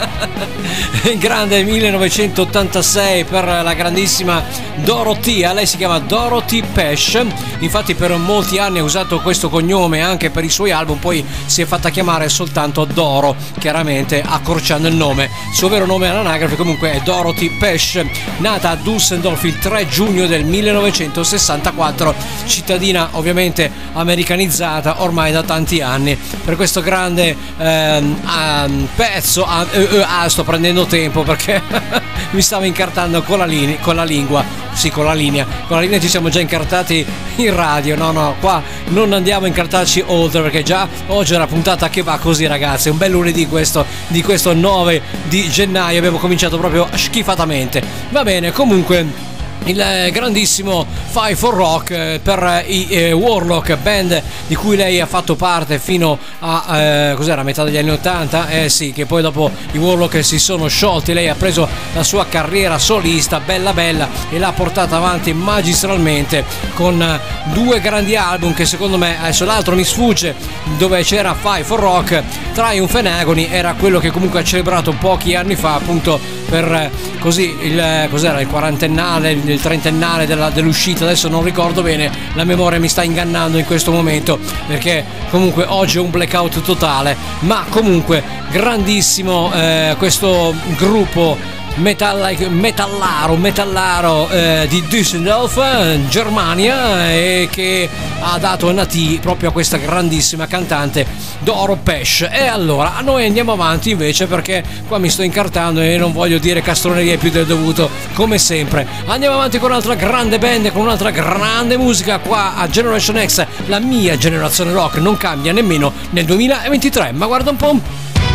Il grande millenovecentottantasei per la grandissima Dorothea, lei si chiama Dorothy Pesh, infatti per molti anni ha usato questo cognome anche per i suoi album, poi si è fatta chiamare soltanto Doro, chiaramente accorciando il nome. Il suo vero nome all'anagrafe comunque è Dorothy Pesh, nata a Düsseldorf il tre giugno del millenovecentosessantaquattro, cittadina ovviamente americanizzata ormai da tanti anni. Per questo grande ehm, um, pezzo ah, eh, ah, sto prendendo tempo perché mi stavo incartando con la, linea, con la lingua, sì con la linea, con la linea ci siamo già incartati in radio, no no, qua non andiamo a incartarci oltre perché già oggi è una puntata che va così ragazzi, un bel lunedì questo, di questo nove di gennaio, abbiamo cominciato proprio schifatamente, va bene, comunque il grandissimo Five for Rock per i eh, Warlock, band di cui lei ha fatto parte fino a eh, cos'era, metà degli anni ottanta, eh sì, che poi dopo i Warlock si sono sciolti, lei ha preso la sua carriera solista bella bella e l'ha portata avanti magistralmente con due grandi album che secondo me, adesso l'altro mi sfugge dove c'era Five for Rock, Triumph and Agony era quello che comunque ha celebrato pochi anni fa appunto per così il cos'era il quarantennale, il trentennale della, dell'uscita, adesso non ricordo bene, la memoria mi sta ingannando in questo momento perché comunque oggi è un blackout totale, ma comunque grandissimo eh, questo gruppo metalla, metallaro, metallaro eh, di Düsseldorf, Germania, e che ha dato nati proprio a questa grandissima cantante Doro Pesch. E allora noi andiamo avanti invece, perché qua mi sto incartando e non voglio dire castronerie più del dovuto, come sempre. Andiamo avanti con un'altra grande band, con un'altra grande musica qua a Generation X. La mia generazione rock non cambia nemmeno nel duemilaventitré, ma guarda un po'.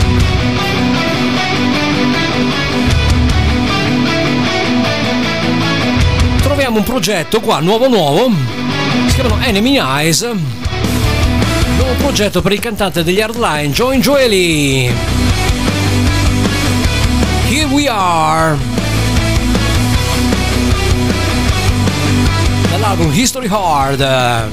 Troviamo un progetto qua nuovo nuovo, si chiamano Enemy Eyes, nuovo progetto per il cantante degli Hardline Join Joely. Here we are, dall'album History Hard.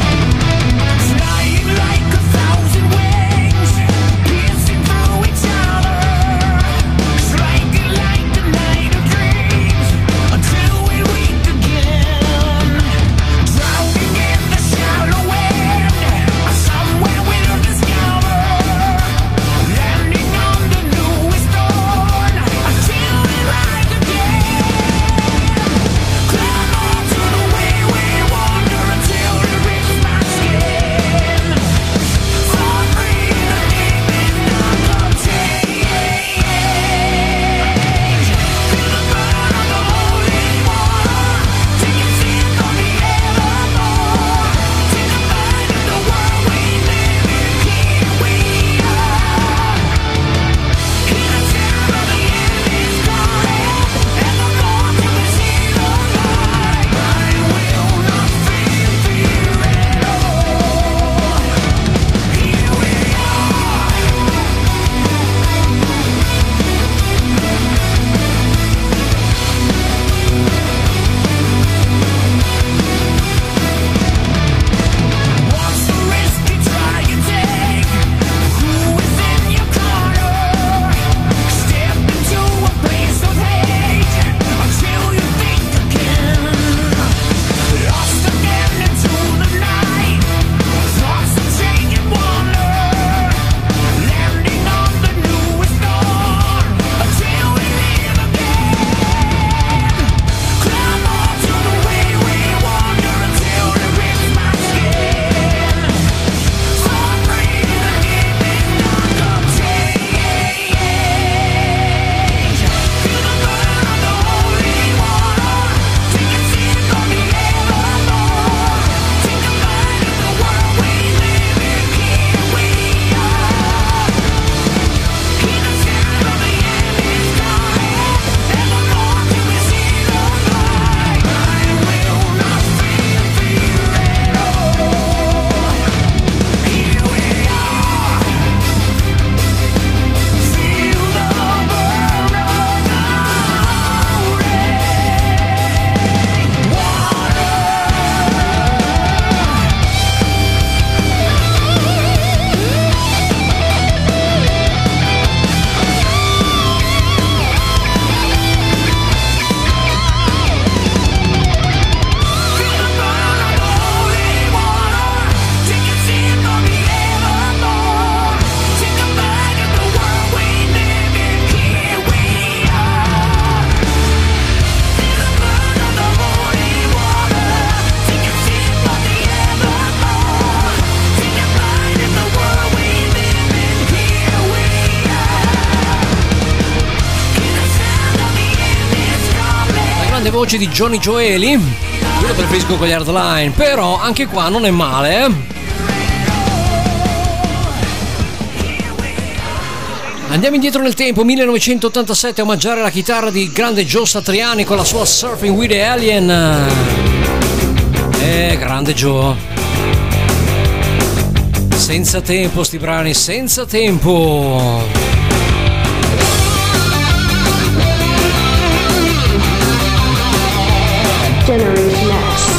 Voci di Johnny Joely, io lo preferisco con gli Hardline, però anche qua non è male, eh? Andiamo indietro nel tempo, millenovecentottantasette, a omaggiare la chitarra di grande Joe Satriani con la sua Surfing with the Alien. Eh, grande Joe. Senza tempo sti brani, senza tempo. Generation X.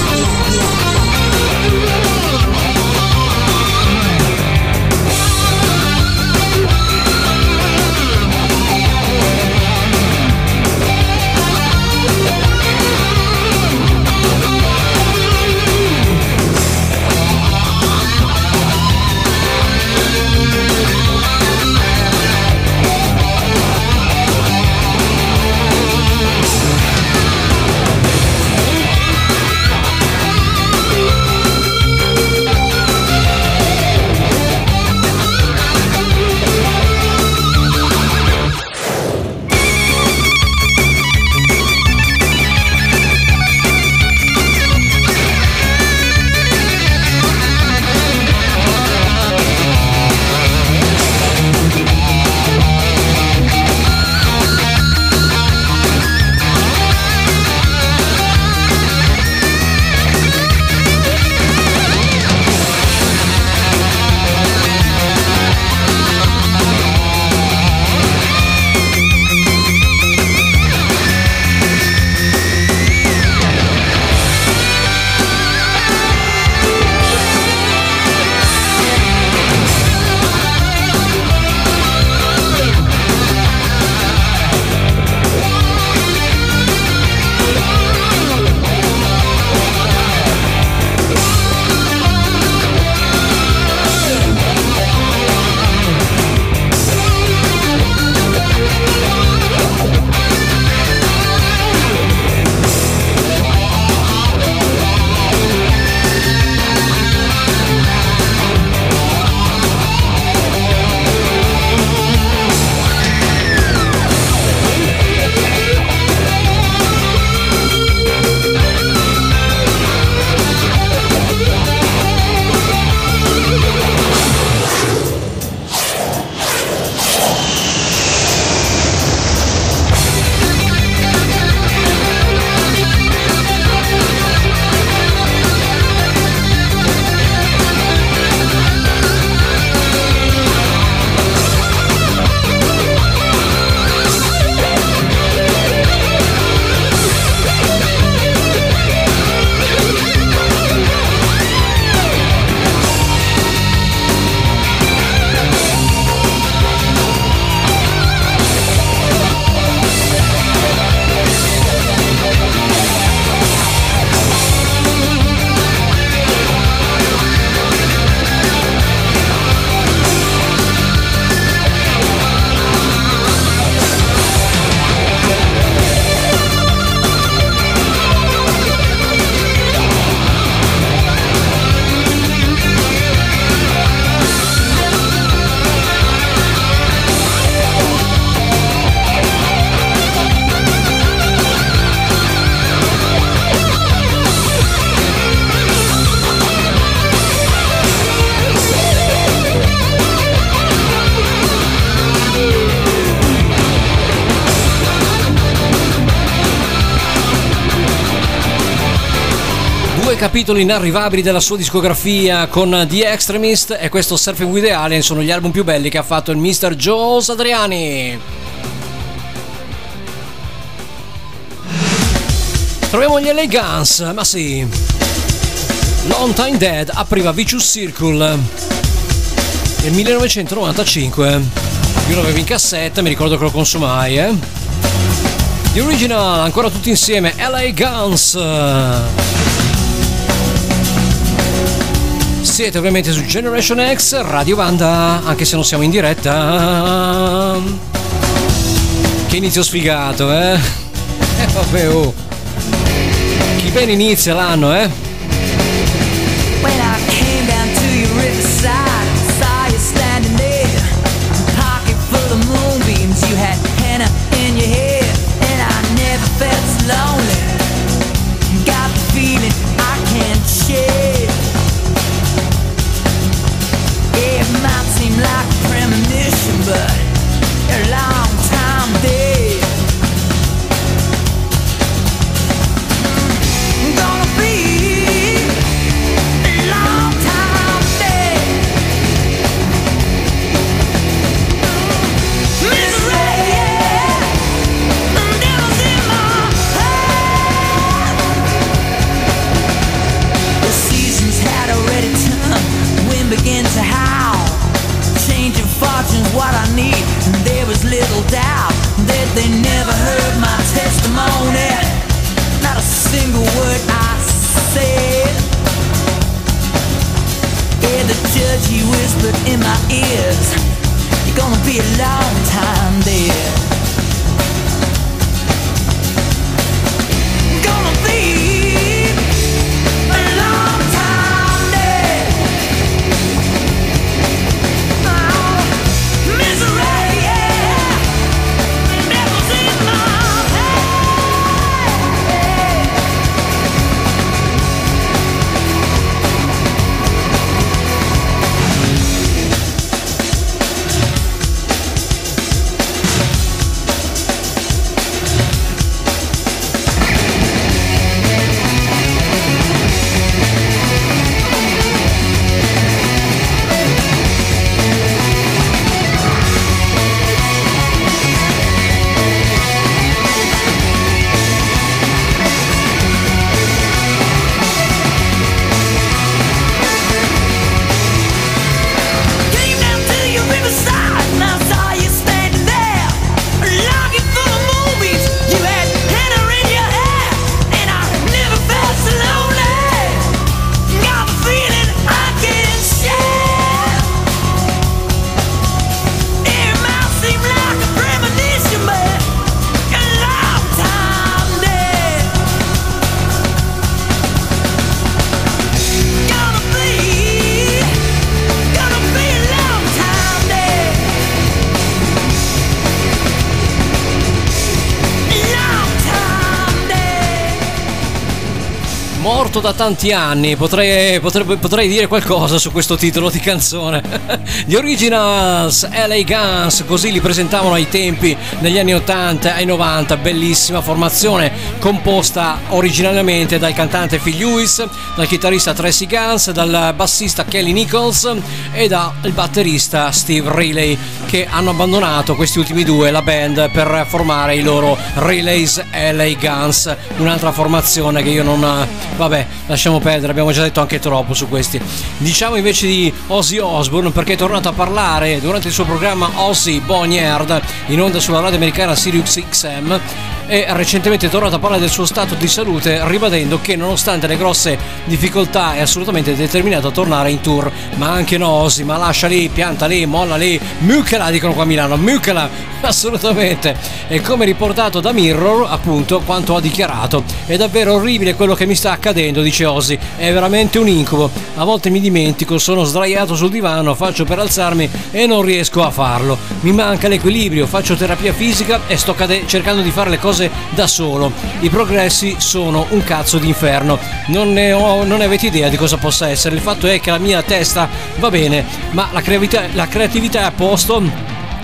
capitoli inarrivabili della sua discografia con The Extremist e questo Surfing with the Alien sono gli album più belli che ha fatto il mister Joe Satriani. Troviamo gli L A Guns, ma sì. Long Time Dead apriva Vicious Circle nel millenovecentonovantacinque. Io lo avevo in cassetta, mi ricordo che lo consumai, eh. The Original, ancora tutti insieme, L A Guns. Siete ovviamente su Generation X, Radio Vanda, anche se non siamo in diretta. Che inizio sfigato, eh? E eh, vabbè, oh. Chi bene inizia l'anno, eh? When I came down to your riverside, saw you standing there, pocket full of moonbeams, you had henna in your hair, and I never felt so lonely. Got the feeling I can't share. It might seem like a premonition, but you're a long time dead. I'm gonna be a long time dead. Misery, yeah, the devil's in my head. The seasons had already turned, wind began to howl. Changing fortunes what I need, and there was little doubt that they never heard my testimony. Not a single word I said. Yeah, the judge, he whispered in my ears, you're gonna be a long time dead. Gonna be a long time dead. Misery, yeah, the devil's in my head. Came down to your riverside and I saw you standing there, longing for the movies. You had henna in your hair, and I never felt so lonely. Got the feeling I can't share. It might seem like a premonition, but a long time dead. Gonna be, gonna be a long time dead. Long time dead. Morto da tanti anni, potrei, potrebbe, potrei dire qualcosa su questo titolo di canzone. Gli Originals, L A Guns, così li presentavano ai tempi negli anni ottanta e novanta, bellissima formazione composta originariamente dal cantante Phil Lewis, dal chitarrista Tracy Guns, dal bassista Kelly Nichols e dal batterista Steve Riley, che hanno abbandonato questi ultimi due la band per formare i loro Riley's L A Guns, un'altra formazione che io non... vabbè, lasciamo perdere, abbiamo già detto anche troppo su questi. Diciamo invece di Ozzy Osbourne, perché è tornato a parlare durante il suo programma Ozzy Boneyard in onda sulla radio americana Sirius X M, e recentemente è tornato a parlare del suo stato di salute, ribadendo che nonostante le grosse difficoltà è assolutamente determinato a tornare in tour. Ma anche no, Ozzy, ma lascia lì, pianta lì, molla lì, mucala, dicono qua a Milano, mucala, assolutamente. E come riportato da Mirror, appunto, quanto ha dichiarato: è davvero orribile quello che mi sta accadendo, dice Ozzy, è veramente un incubo, a volte mi dimentico, sono sdraiato sul divano, faccio per alzarmi e non riesco a farlo, mi manca l'equilibrio, faccio terapia fisica e sto cade- cercando di fare le cose da solo, i progressi sono un cazzo d'inferno, non ne, ho, non ne avete idea di cosa possa essere. Il fatto è che la mia testa va bene, ma la creatività, la creatività è a posto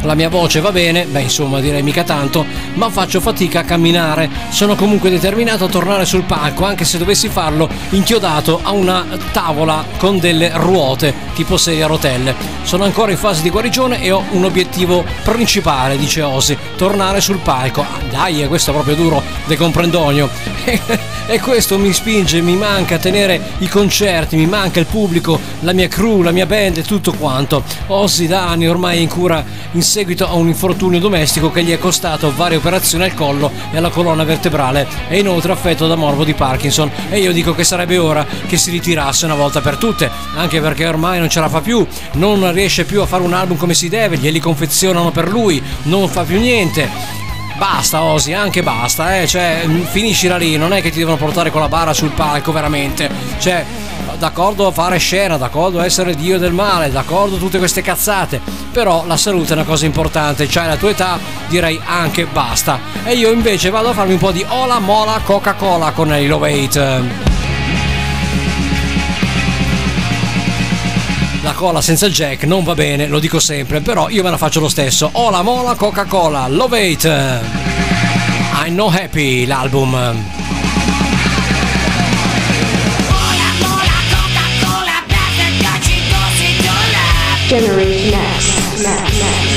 la mia voce va bene, beh insomma direi mica tanto, ma faccio fatica a camminare. Sono comunque determinato a tornare sul palco, anche se dovessi farlo inchiodato a una tavola con delle ruote, tipo sedia a rotelle. Sono ancora in fase di guarigione e ho un obiettivo principale, dice Ozzy, tornare sul palco. Ah, dai, questo è proprio duro de comprendonio. E questo mi spinge, mi manca tenere i concerti, mi manca il pubblico, la mia crew, la mia band e tutto quanto. Ozzy da anni ormai è in cura in seguito a un infortunio domestico che gli è costato varie operazioni al collo e alla colonna vertebrale, e inoltre affetto da morbo di Parkinson, e io dico che sarebbe ora che si ritirasse una volta per tutte, anche perché ormai non ce la fa più, non riesce più a fare un album come si deve, glieli confezionano per lui, non fa più niente. Basta Ozzy, anche basta, eh, cioè finiscila lì, non è che ti devono portare con la bara sul palco veramente, cioè d'accordo a fare scena, d'accordo a essere dio del male, d'accordo tutte queste cazzate, però la salute è una cosa importante, cioè alla tua età direi anche basta. E io invece vado a farmi un po' di Ola Mola Coca-Cola con I Love Hate. La cola senza il Jack non va bene, lo dico sempre, però io me la faccio lo stesso. Ola Mola Coca-Cola, Love Hate, I'm No Happy, l'album. Generation X. Next.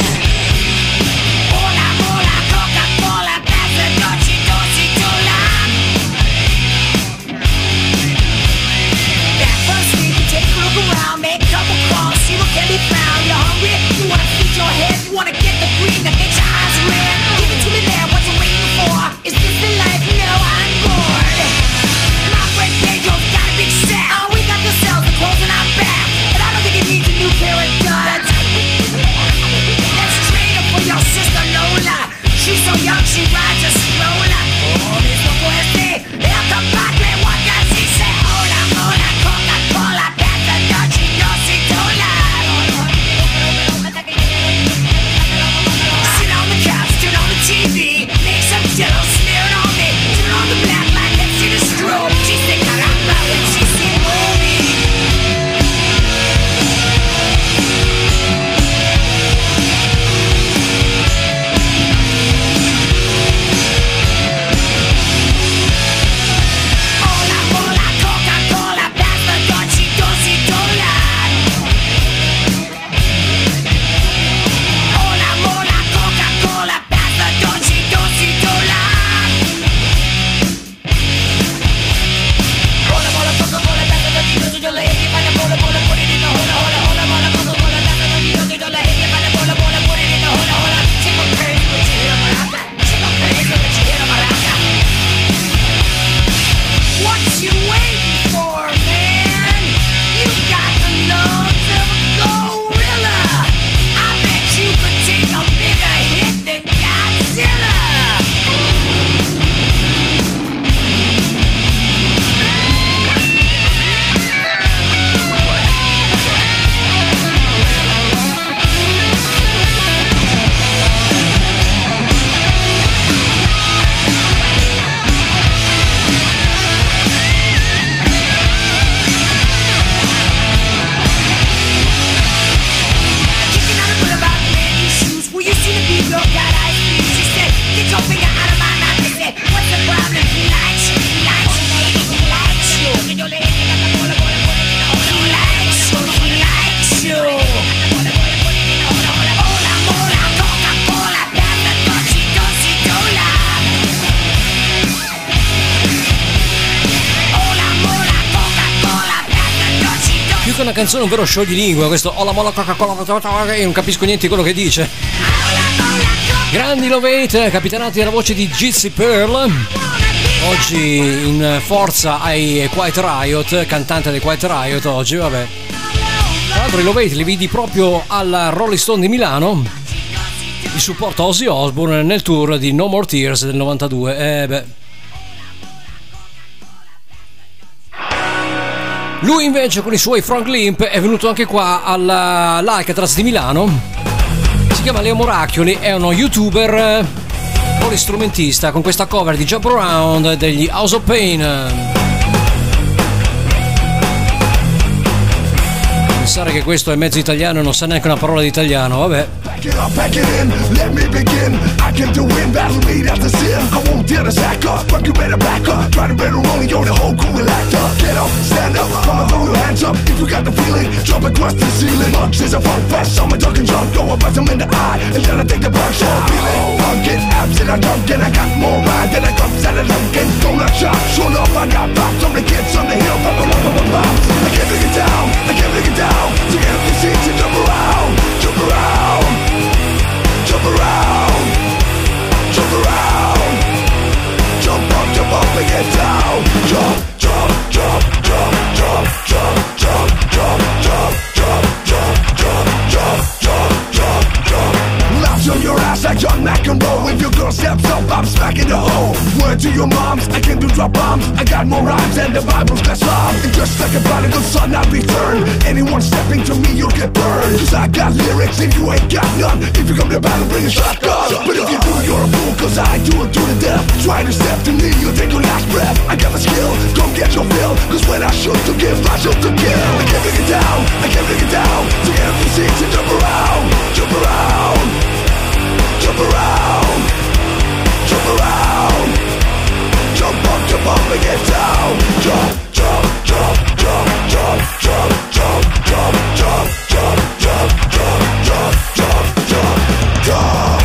Una canzone, un vero scioglilingua, questo Ola Mola Coca-Cola, io non capisco niente di quello che dice. Grandi Love Hate, capitanati alla voce di Gypsy Pearl, oggi in forza ai Quiet Riot, cantante dei Quiet Riot oggi, vabbè. Tra l'altro i Love Hate li vidi proprio alla Rolling Stone di Milano, il supporto a Ozzy Osbourne nel tour di No More Tears del novantadue, eh beh. Lui invece con i suoi Frank Limp è venuto anche qua all'Alcatraz di Milano. Si chiama Leo Moracchioli, è uno youtuber polistrumentista con questa cover di Jump Around degli House of Pain. Pensare che questo è mezzo italiano e non sa neanche una parola di italiano, vabbè. Get up, pack it in, let me begin. I came to win, battle me, that's a sin. I won't dare to sack up, fuck you better back up. Try to better only, you're the whole crew will act up. Get up, stand up, come and throw your hands up. If you got the feeling, jump across the ceiling. Bugs is a funk fest, I'm a duck and jump. Go up, bust them in the eye, and then I take the bug shot. Feeling, funkin', abs in a dunkin'. I got more ride than I got out of Dunkin'. Donut shop, sure enough, I got pops. I'm the kids on the hill, pop a lump of a pops. I can't bring it down, I can't bring it down. So get up the seats and jump around, jump around, jump around, jump around, jump up, jump up and get down. Jump, jump, jump, jump, jump, jump, jump, jump, jump, jump, jump, jump, jump, jump, jump, jump. Laps on your ass like John McEnroe. If your girl steps up, I'm smacking the hole. Word to your moms, I came to drop bombs. I got more rhymes than the Bible's best love. And just like a prodigal son, I return. Anyone stepping to me, you'll get burned. Cause I got lyrics and you ain't got none. If you come to battle, bring a shotgun. But if you do, you're a fool, cause I do it to the death. Try to step to me, you'll take your last breath. I got the skill, come get your fill. Cause when I shoot to give, I shoot to kill. I can't bring it down, I can't bring it down. So get up the seats and jump around, jump around, jump around, jump around, jump up, jump up and get down. Jump, jump, jump, jump, jump, jump, jump, jump, jump, jump, jump, jump, jump, jump, jump, jump.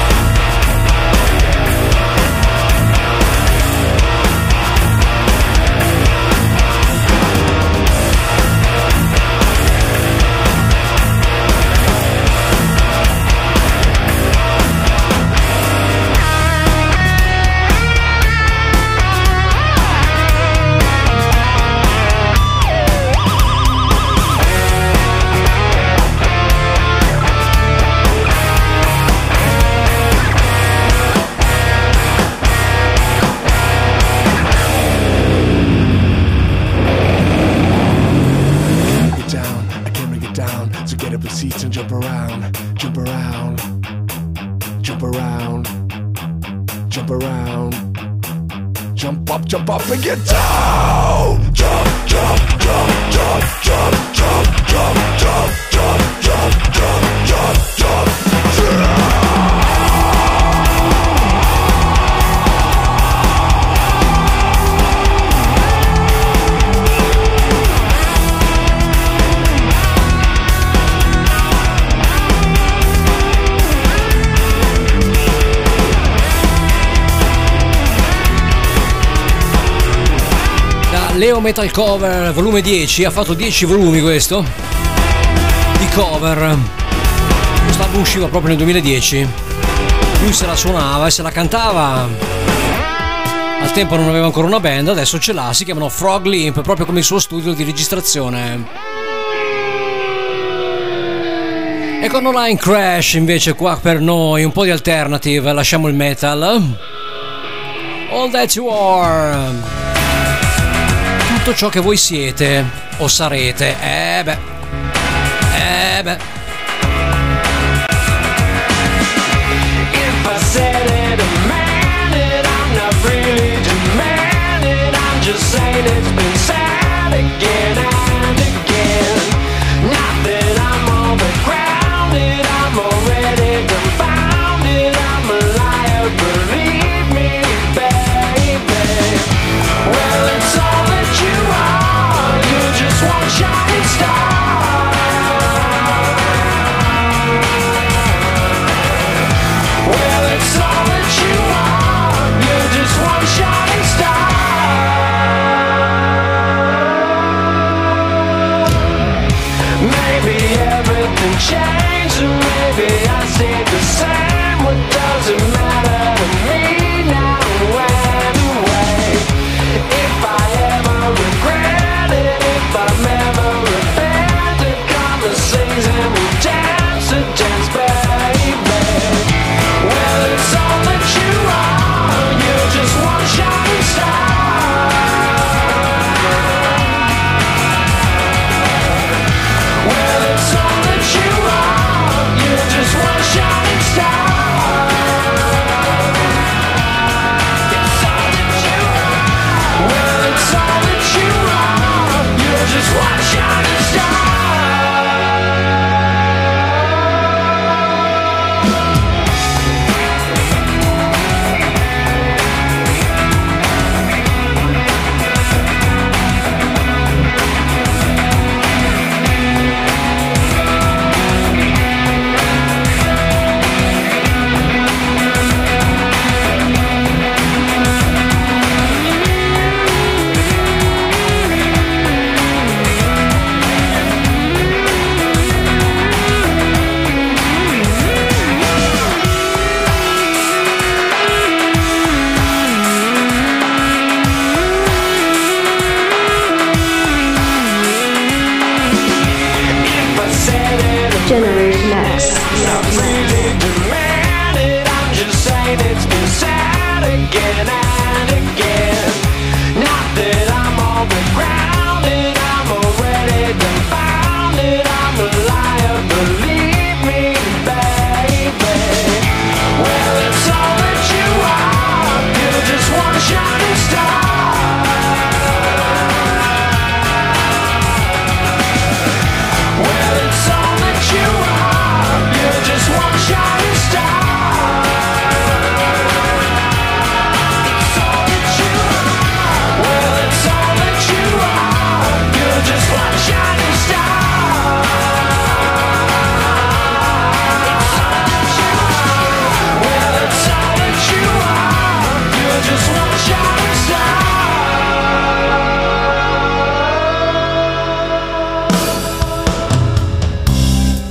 Seats and jump around, jump around, jump around, jump around, jump up, jump up and get down. Jump, jump, jump, jump, jump, jump, jump, jump, jump, jump, jump, jump, jump, jump. Leo Metal Cover volume dieci, ha fatto dieci volumi questo di cover. Quest'album usciva proprio nel duemiladieci. Lui se la suonava e se la cantava. Al tempo non aveva ancora una band, adesso ce l'ha, si chiamano Frog Limp, proprio come il suo studio di registrazione. E con Online Crash invece qua per noi un po' di alternative, lasciamo il metal. All That You Are. Tutto ciò che voi siete o sarete. Eh beh. Eh beh. If I said it, I meant it. I'm not really demanding. I'm just saying it's been said again and again. Not that I'm all but grounded. I'm already confounded. I'm a liar, believe me, baby. Well, it's all that you are. You're just one shining star.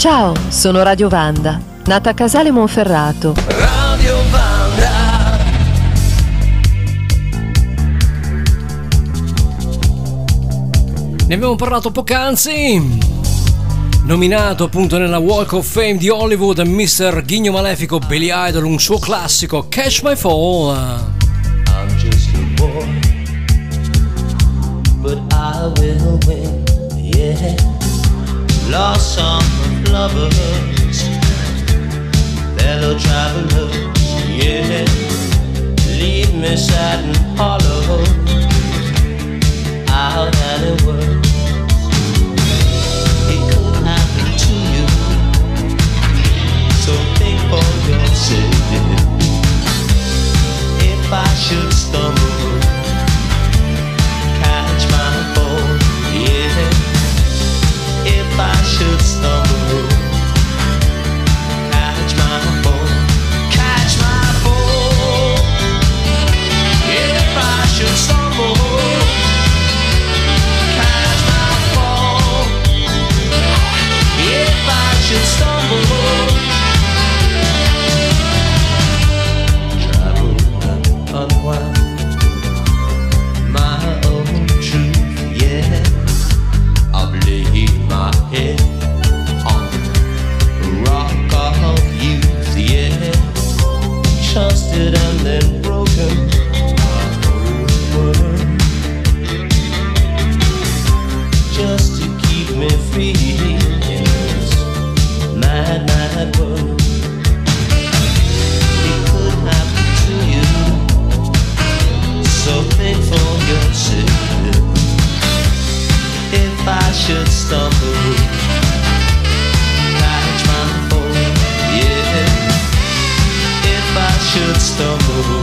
Ciao, sono Radio Vanda, nata a Casale Monferrato. Radio Vanda. Ne abbiamo parlato poc'anzi. Nominato appunto nella Walk of Fame di Hollywood, mister Ghigno Malefico, Billy Idol, un suo classico, Catch My Fall. I'm just a boy, but I will win, yeah. Lost song of lovers, fellow travelers, yeah. Leave me sad and hollow, out and it works. It could happen to you, so think for yourself. If I should stumble, catch my fall, yeah. If I should stumble, catch my fall, catch my fall. If I should stumble, catch my fall. If I should stumble, travel unwound my own truth, yeah. I've laid my head on the rock of youth, yeah. Trusted and then broken my whole world, just to keep me free in this mad, mad world. It could happen to you, so think for yourself. If I should stumble, catch my fall, yeah. If I should stumble,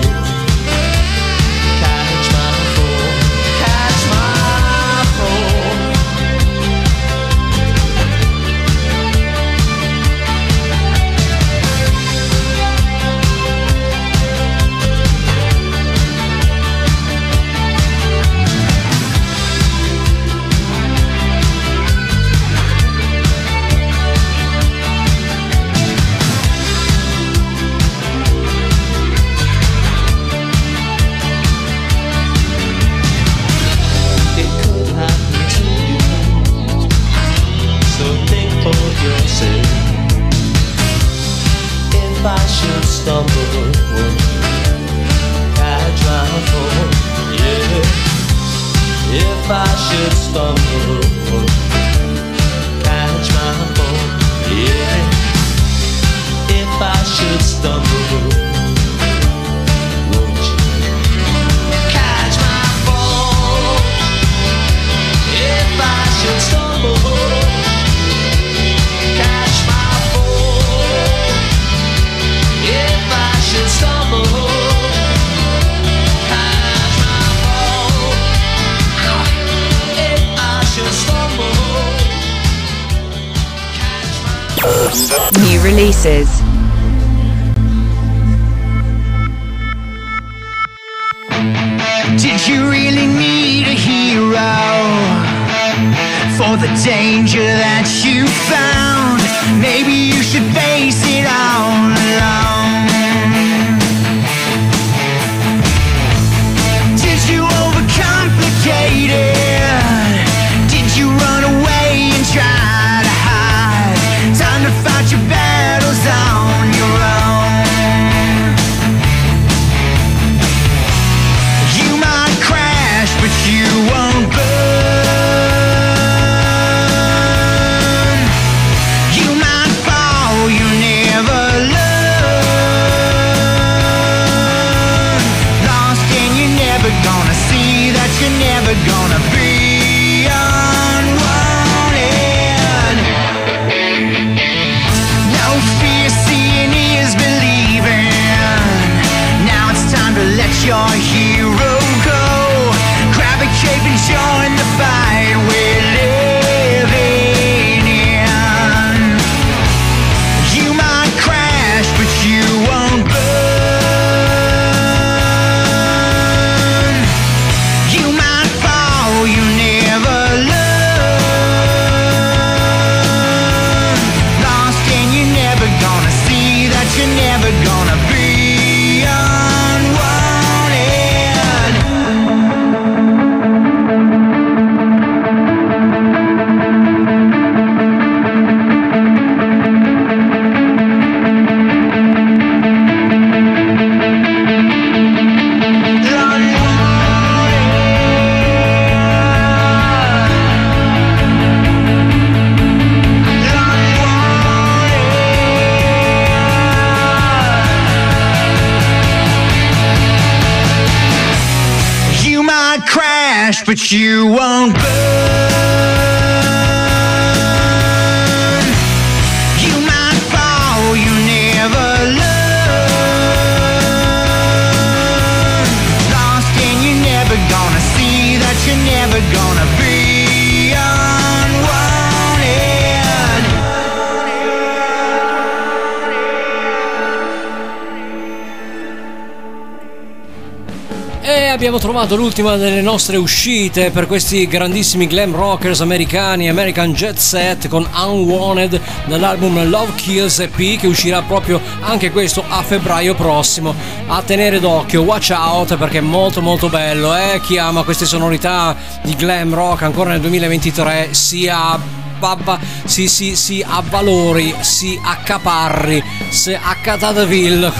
catch my fall, catch my fall. If I should stumble, catch my fall, yeah. If I should stumble, catch my fall, yeah. If I should stumble, won't you catch my fall? If I should stumble, catch my fall. If I should stumble, catch my fall. If I should stumble, catch my New releases. Did you really need a hero for the danger that you found? Maybe you should face it all alone. Did you overcomplicate it? Did you run away and try to hide? Time to fight your battles on your own. You might crash, but you won't burn. ash, but you won't burn. You might fall, you never learn. Lost and you're never gonna see that you're never gonna be unwanted. E abbiamo trovato l'ultima delle nostre uscite per questi grandissimi glam rockers americani, American Jet Set, con Unwanted, dall'album Love Kills E P, che uscirà proprio anche questo a febbraio prossimo. A tenere d'occhio, watch out, perché è molto molto bello, eh? Chi ama queste sonorità di glam rock ancora nel duemilaventitré sia babba, si, si, si avvalori, si accaparri, si accatadaville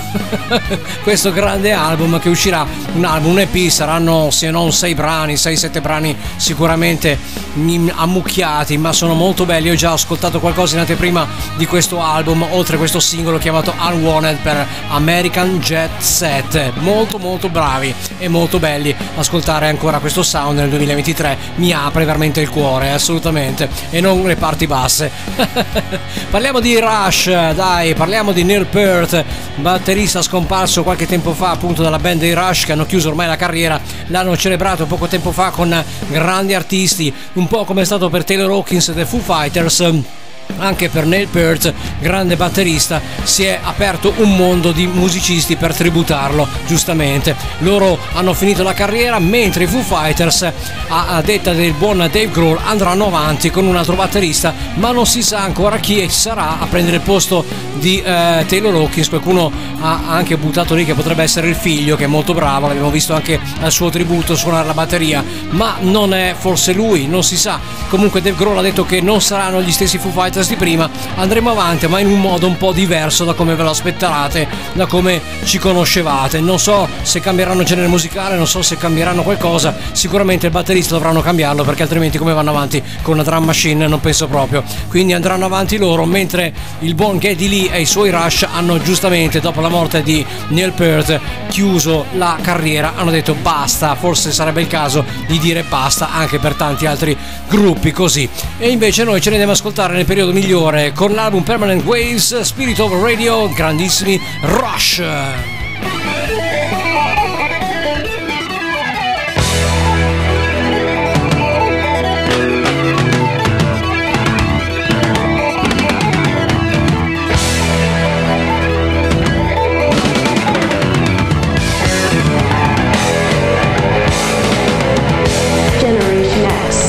questo grande album che uscirà, un album, un E P, saranno se non sei brani, sei sette brani sicuramente ammucchiati, ma sono molto belli. Ho già ascoltato qualcosa in anteprima di questo album, oltre a questo singolo chiamato Unwanted per American Jet Set. Molto molto bravi e molto belli. Ascoltare ancora questo sound nel duemilaventitré mi apre veramente il cuore, assolutamente, e non le parti basse. Parliamo di Rush, dai, parliamo di Neil Peart, batterista scomparso qualche tempo fa appunto dalla band dei Rush, che hanno chiuso ormai la carriera. L'hanno celebrato poco tempo fa con grandi artisti, un po' come è stato per Taylor Hawkins e The Foo Fighters. Anche per Neil Peart, grande batterista, si è aperto un mondo di musicisti per tributarlo, giustamente. Loro hanno finito la carriera, mentre i Foo Fighters, a, a detta del buon Dave Grohl, andranno avanti con un altro batterista, ma non si sa ancora chi sarà a prendere il posto di eh, Taylor Hawkins. Qualcuno ha anche buttato lì che potrebbe essere il figlio, che è molto bravo, l'abbiamo visto anche al suo tributo suonare la batteria, ma non è forse lui, non si sa. Comunque Dave Grohl ha detto che non saranno gli stessi Foo Fighters di prima, andremo avanti ma in un modo un po' diverso da come ve lo aspettate, da come ci conoscevate. Non so se cambieranno genere musicale, non so se cambieranno qualcosa, sicuramente il batterista dovranno cambiarlo, perché altrimenti come vanno avanti con una drum machine non penso proprio. Quindi andranno avanti loro, mentre il buon Geddy Lee e i suoi Rush hanno giustamente, dopo la morte di Neil Peart, chiuso la carriera, hanno detto basta, forse sarebbe il caso di dire basta anche per tanti altri gruppi così. E invece noi ce ne andiamo a ascoltare nel periodo migliore con l'album Permanent Waves, Spirit of Radio, grandissimi Rush. Generation X.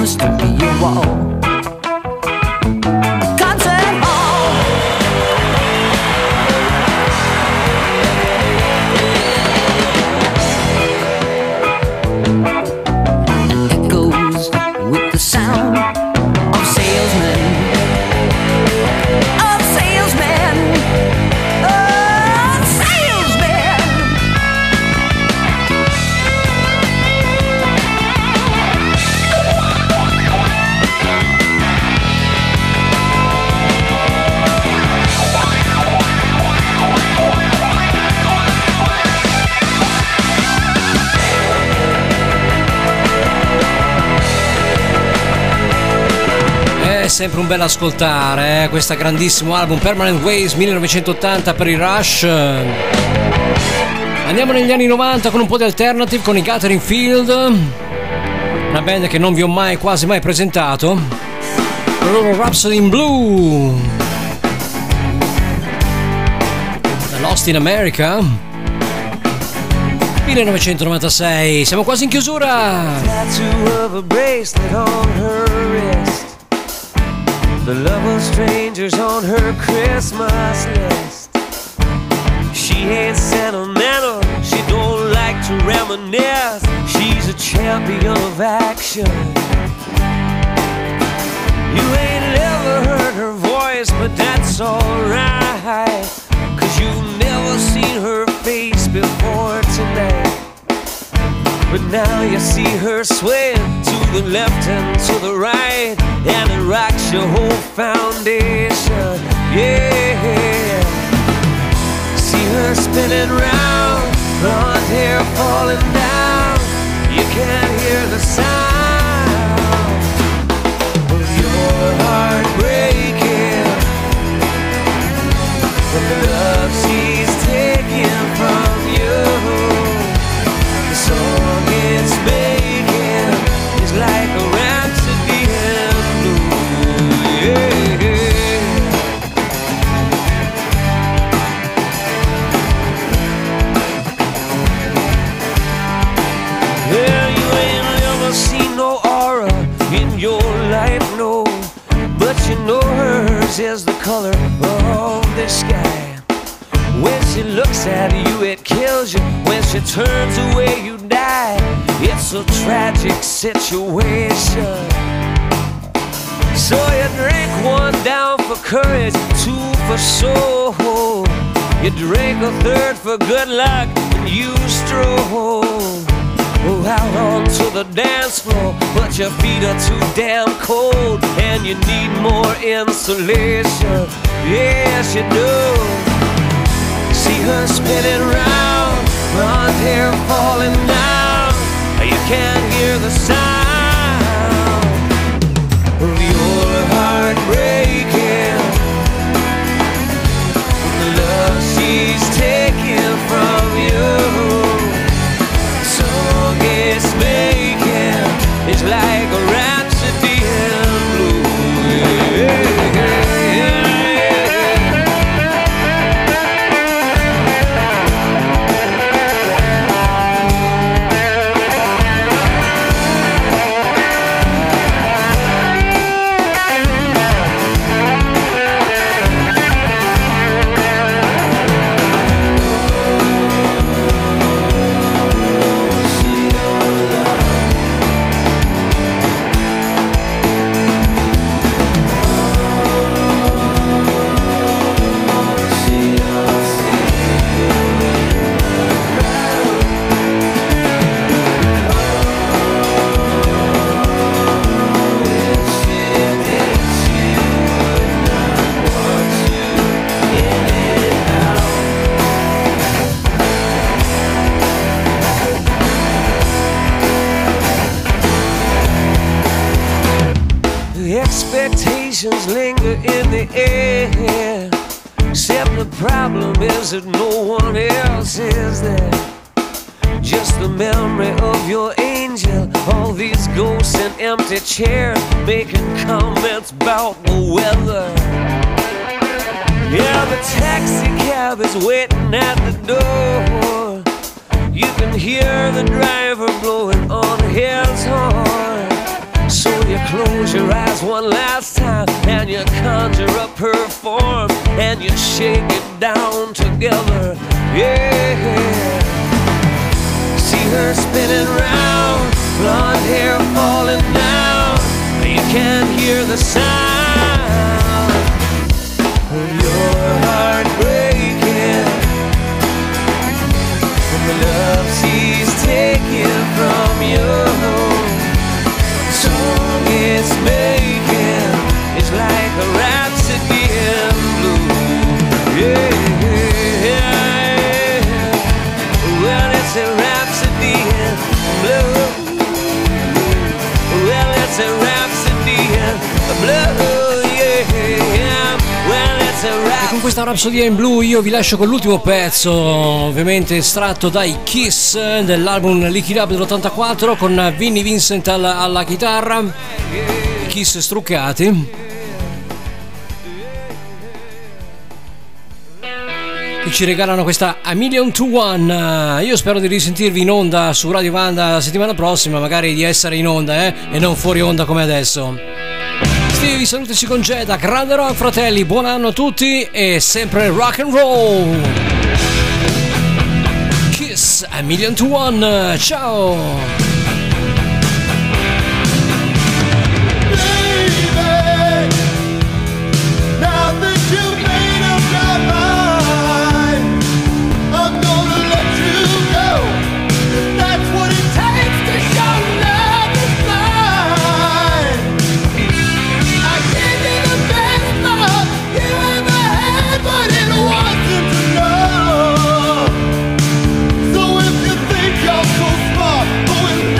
the studio wall. Concert hall. And echoes with the sound of salesmen. Of salesmen. Of salesmen. È sempre un bel ascoltare, eh? Questo grandissimo album Permanent Ways millenovecentottanta per i Rush. Andiamo negli anni novanta con un po' di alternative con i Gathering Field, una band che non vi ho mai quasi mai presentato. La loro Rhapsody in Blue, The Lost in America millenovecentonovantasei. Siamo quasi in chiusura. Tattoo of a bracelet on her wrist. The love of strangers on her Christmas list. She ain't sentimental, she don't like to reminisce. She's a champion of action. You ain't never heard her voice, but that's alright, 'cause you've never seen her face before tonight. But now you see her swaying to the left and to the right, and it rocks your whole foundation, yeah. See her spinning round, blonde hair falling down. You can't hear the sound of your heart breaking, from the love she's taking from you. The song it's making is like a rhapsody in blue, yeah. Well, you ain't never seen no aura in your life, no, but you know hers is the color of the sky. When she looks at you, it kills you. When she turns away, you die. It's a tragic situation. So you drink one down for courage, two for soul. You drink a third for good luck, and you stroll out onto the dance floor, but your feet are too damn cold, and you need more insulation. Yes, you do. See her spinning round, blonde hair falling down. You can't hear the sound of your heart breaking, the love she's taking from you. The song it's making is like a rhapsody in blue, yeah. Expectations linger in the air, except the problem is that no one else is there. Just the memory of your angel, all these ghosts and empty chairs making comments about the weather. Yeah, the taxi cab is waiting at the door. You can hear the driver blowing on his horn. So you close your eyes one last time and you conjure up her form and you shake it down together, yeah. See her spinning round, blonde hair falling down, you can't hear the sound of your heart breaking from the love she's taking from you. Song it's making is like a rhapsody in blue, yeah, yeah. Well, it's a rhapsody in blue. Well, it's a rhapsody in blue, yeah. Well, it's a rhapsody. E con questa Rhapsody in Blue io vi lascio con l'ultimo pezzo, ovviamente estratto dai Kiss dell'album Lick It Up dell'ottantaquattro, con Vinnie Vincent alla, alla chitarra, Kiss struccati, che ci regalano questa A Million to One. Io spero di risentirvi in onda su Radio Vanda la settimana prossima, magari di essere in onda eh, e non fuori onda come adesso. Steve vi saluta e si congeda. Grande rock, fratelli, buon anno a tutti e sempre rock and roll. Kiss A Million to One, ciao. Going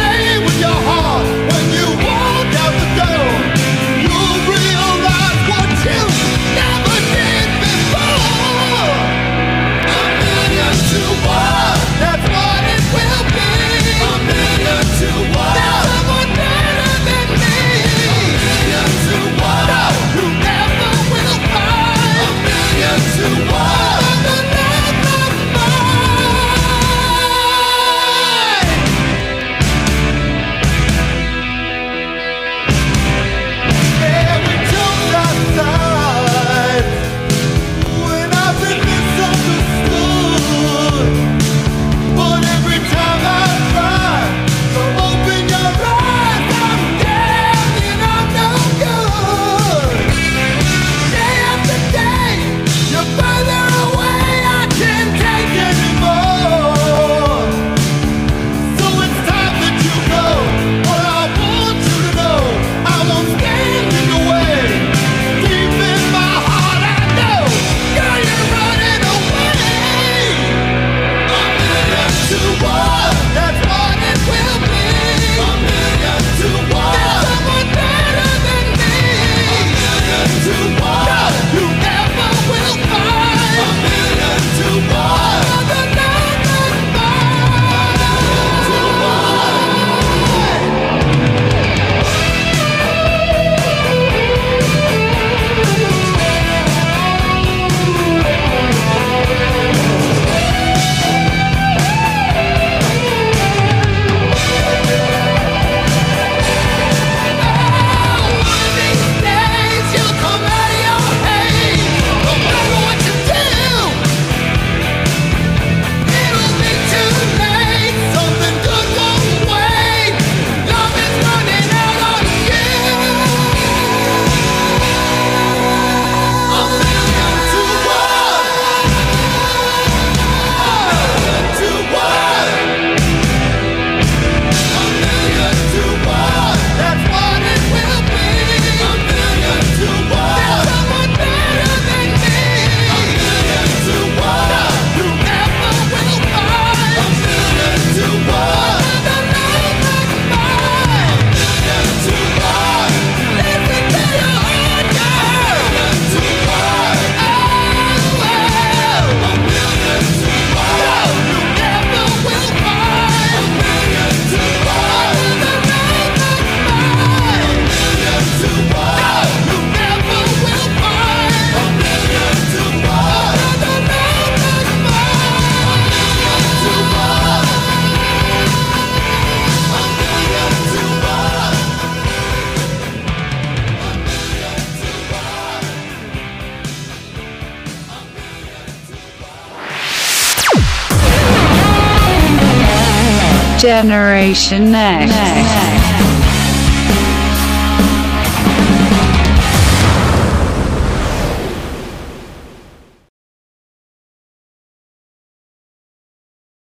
Generation X.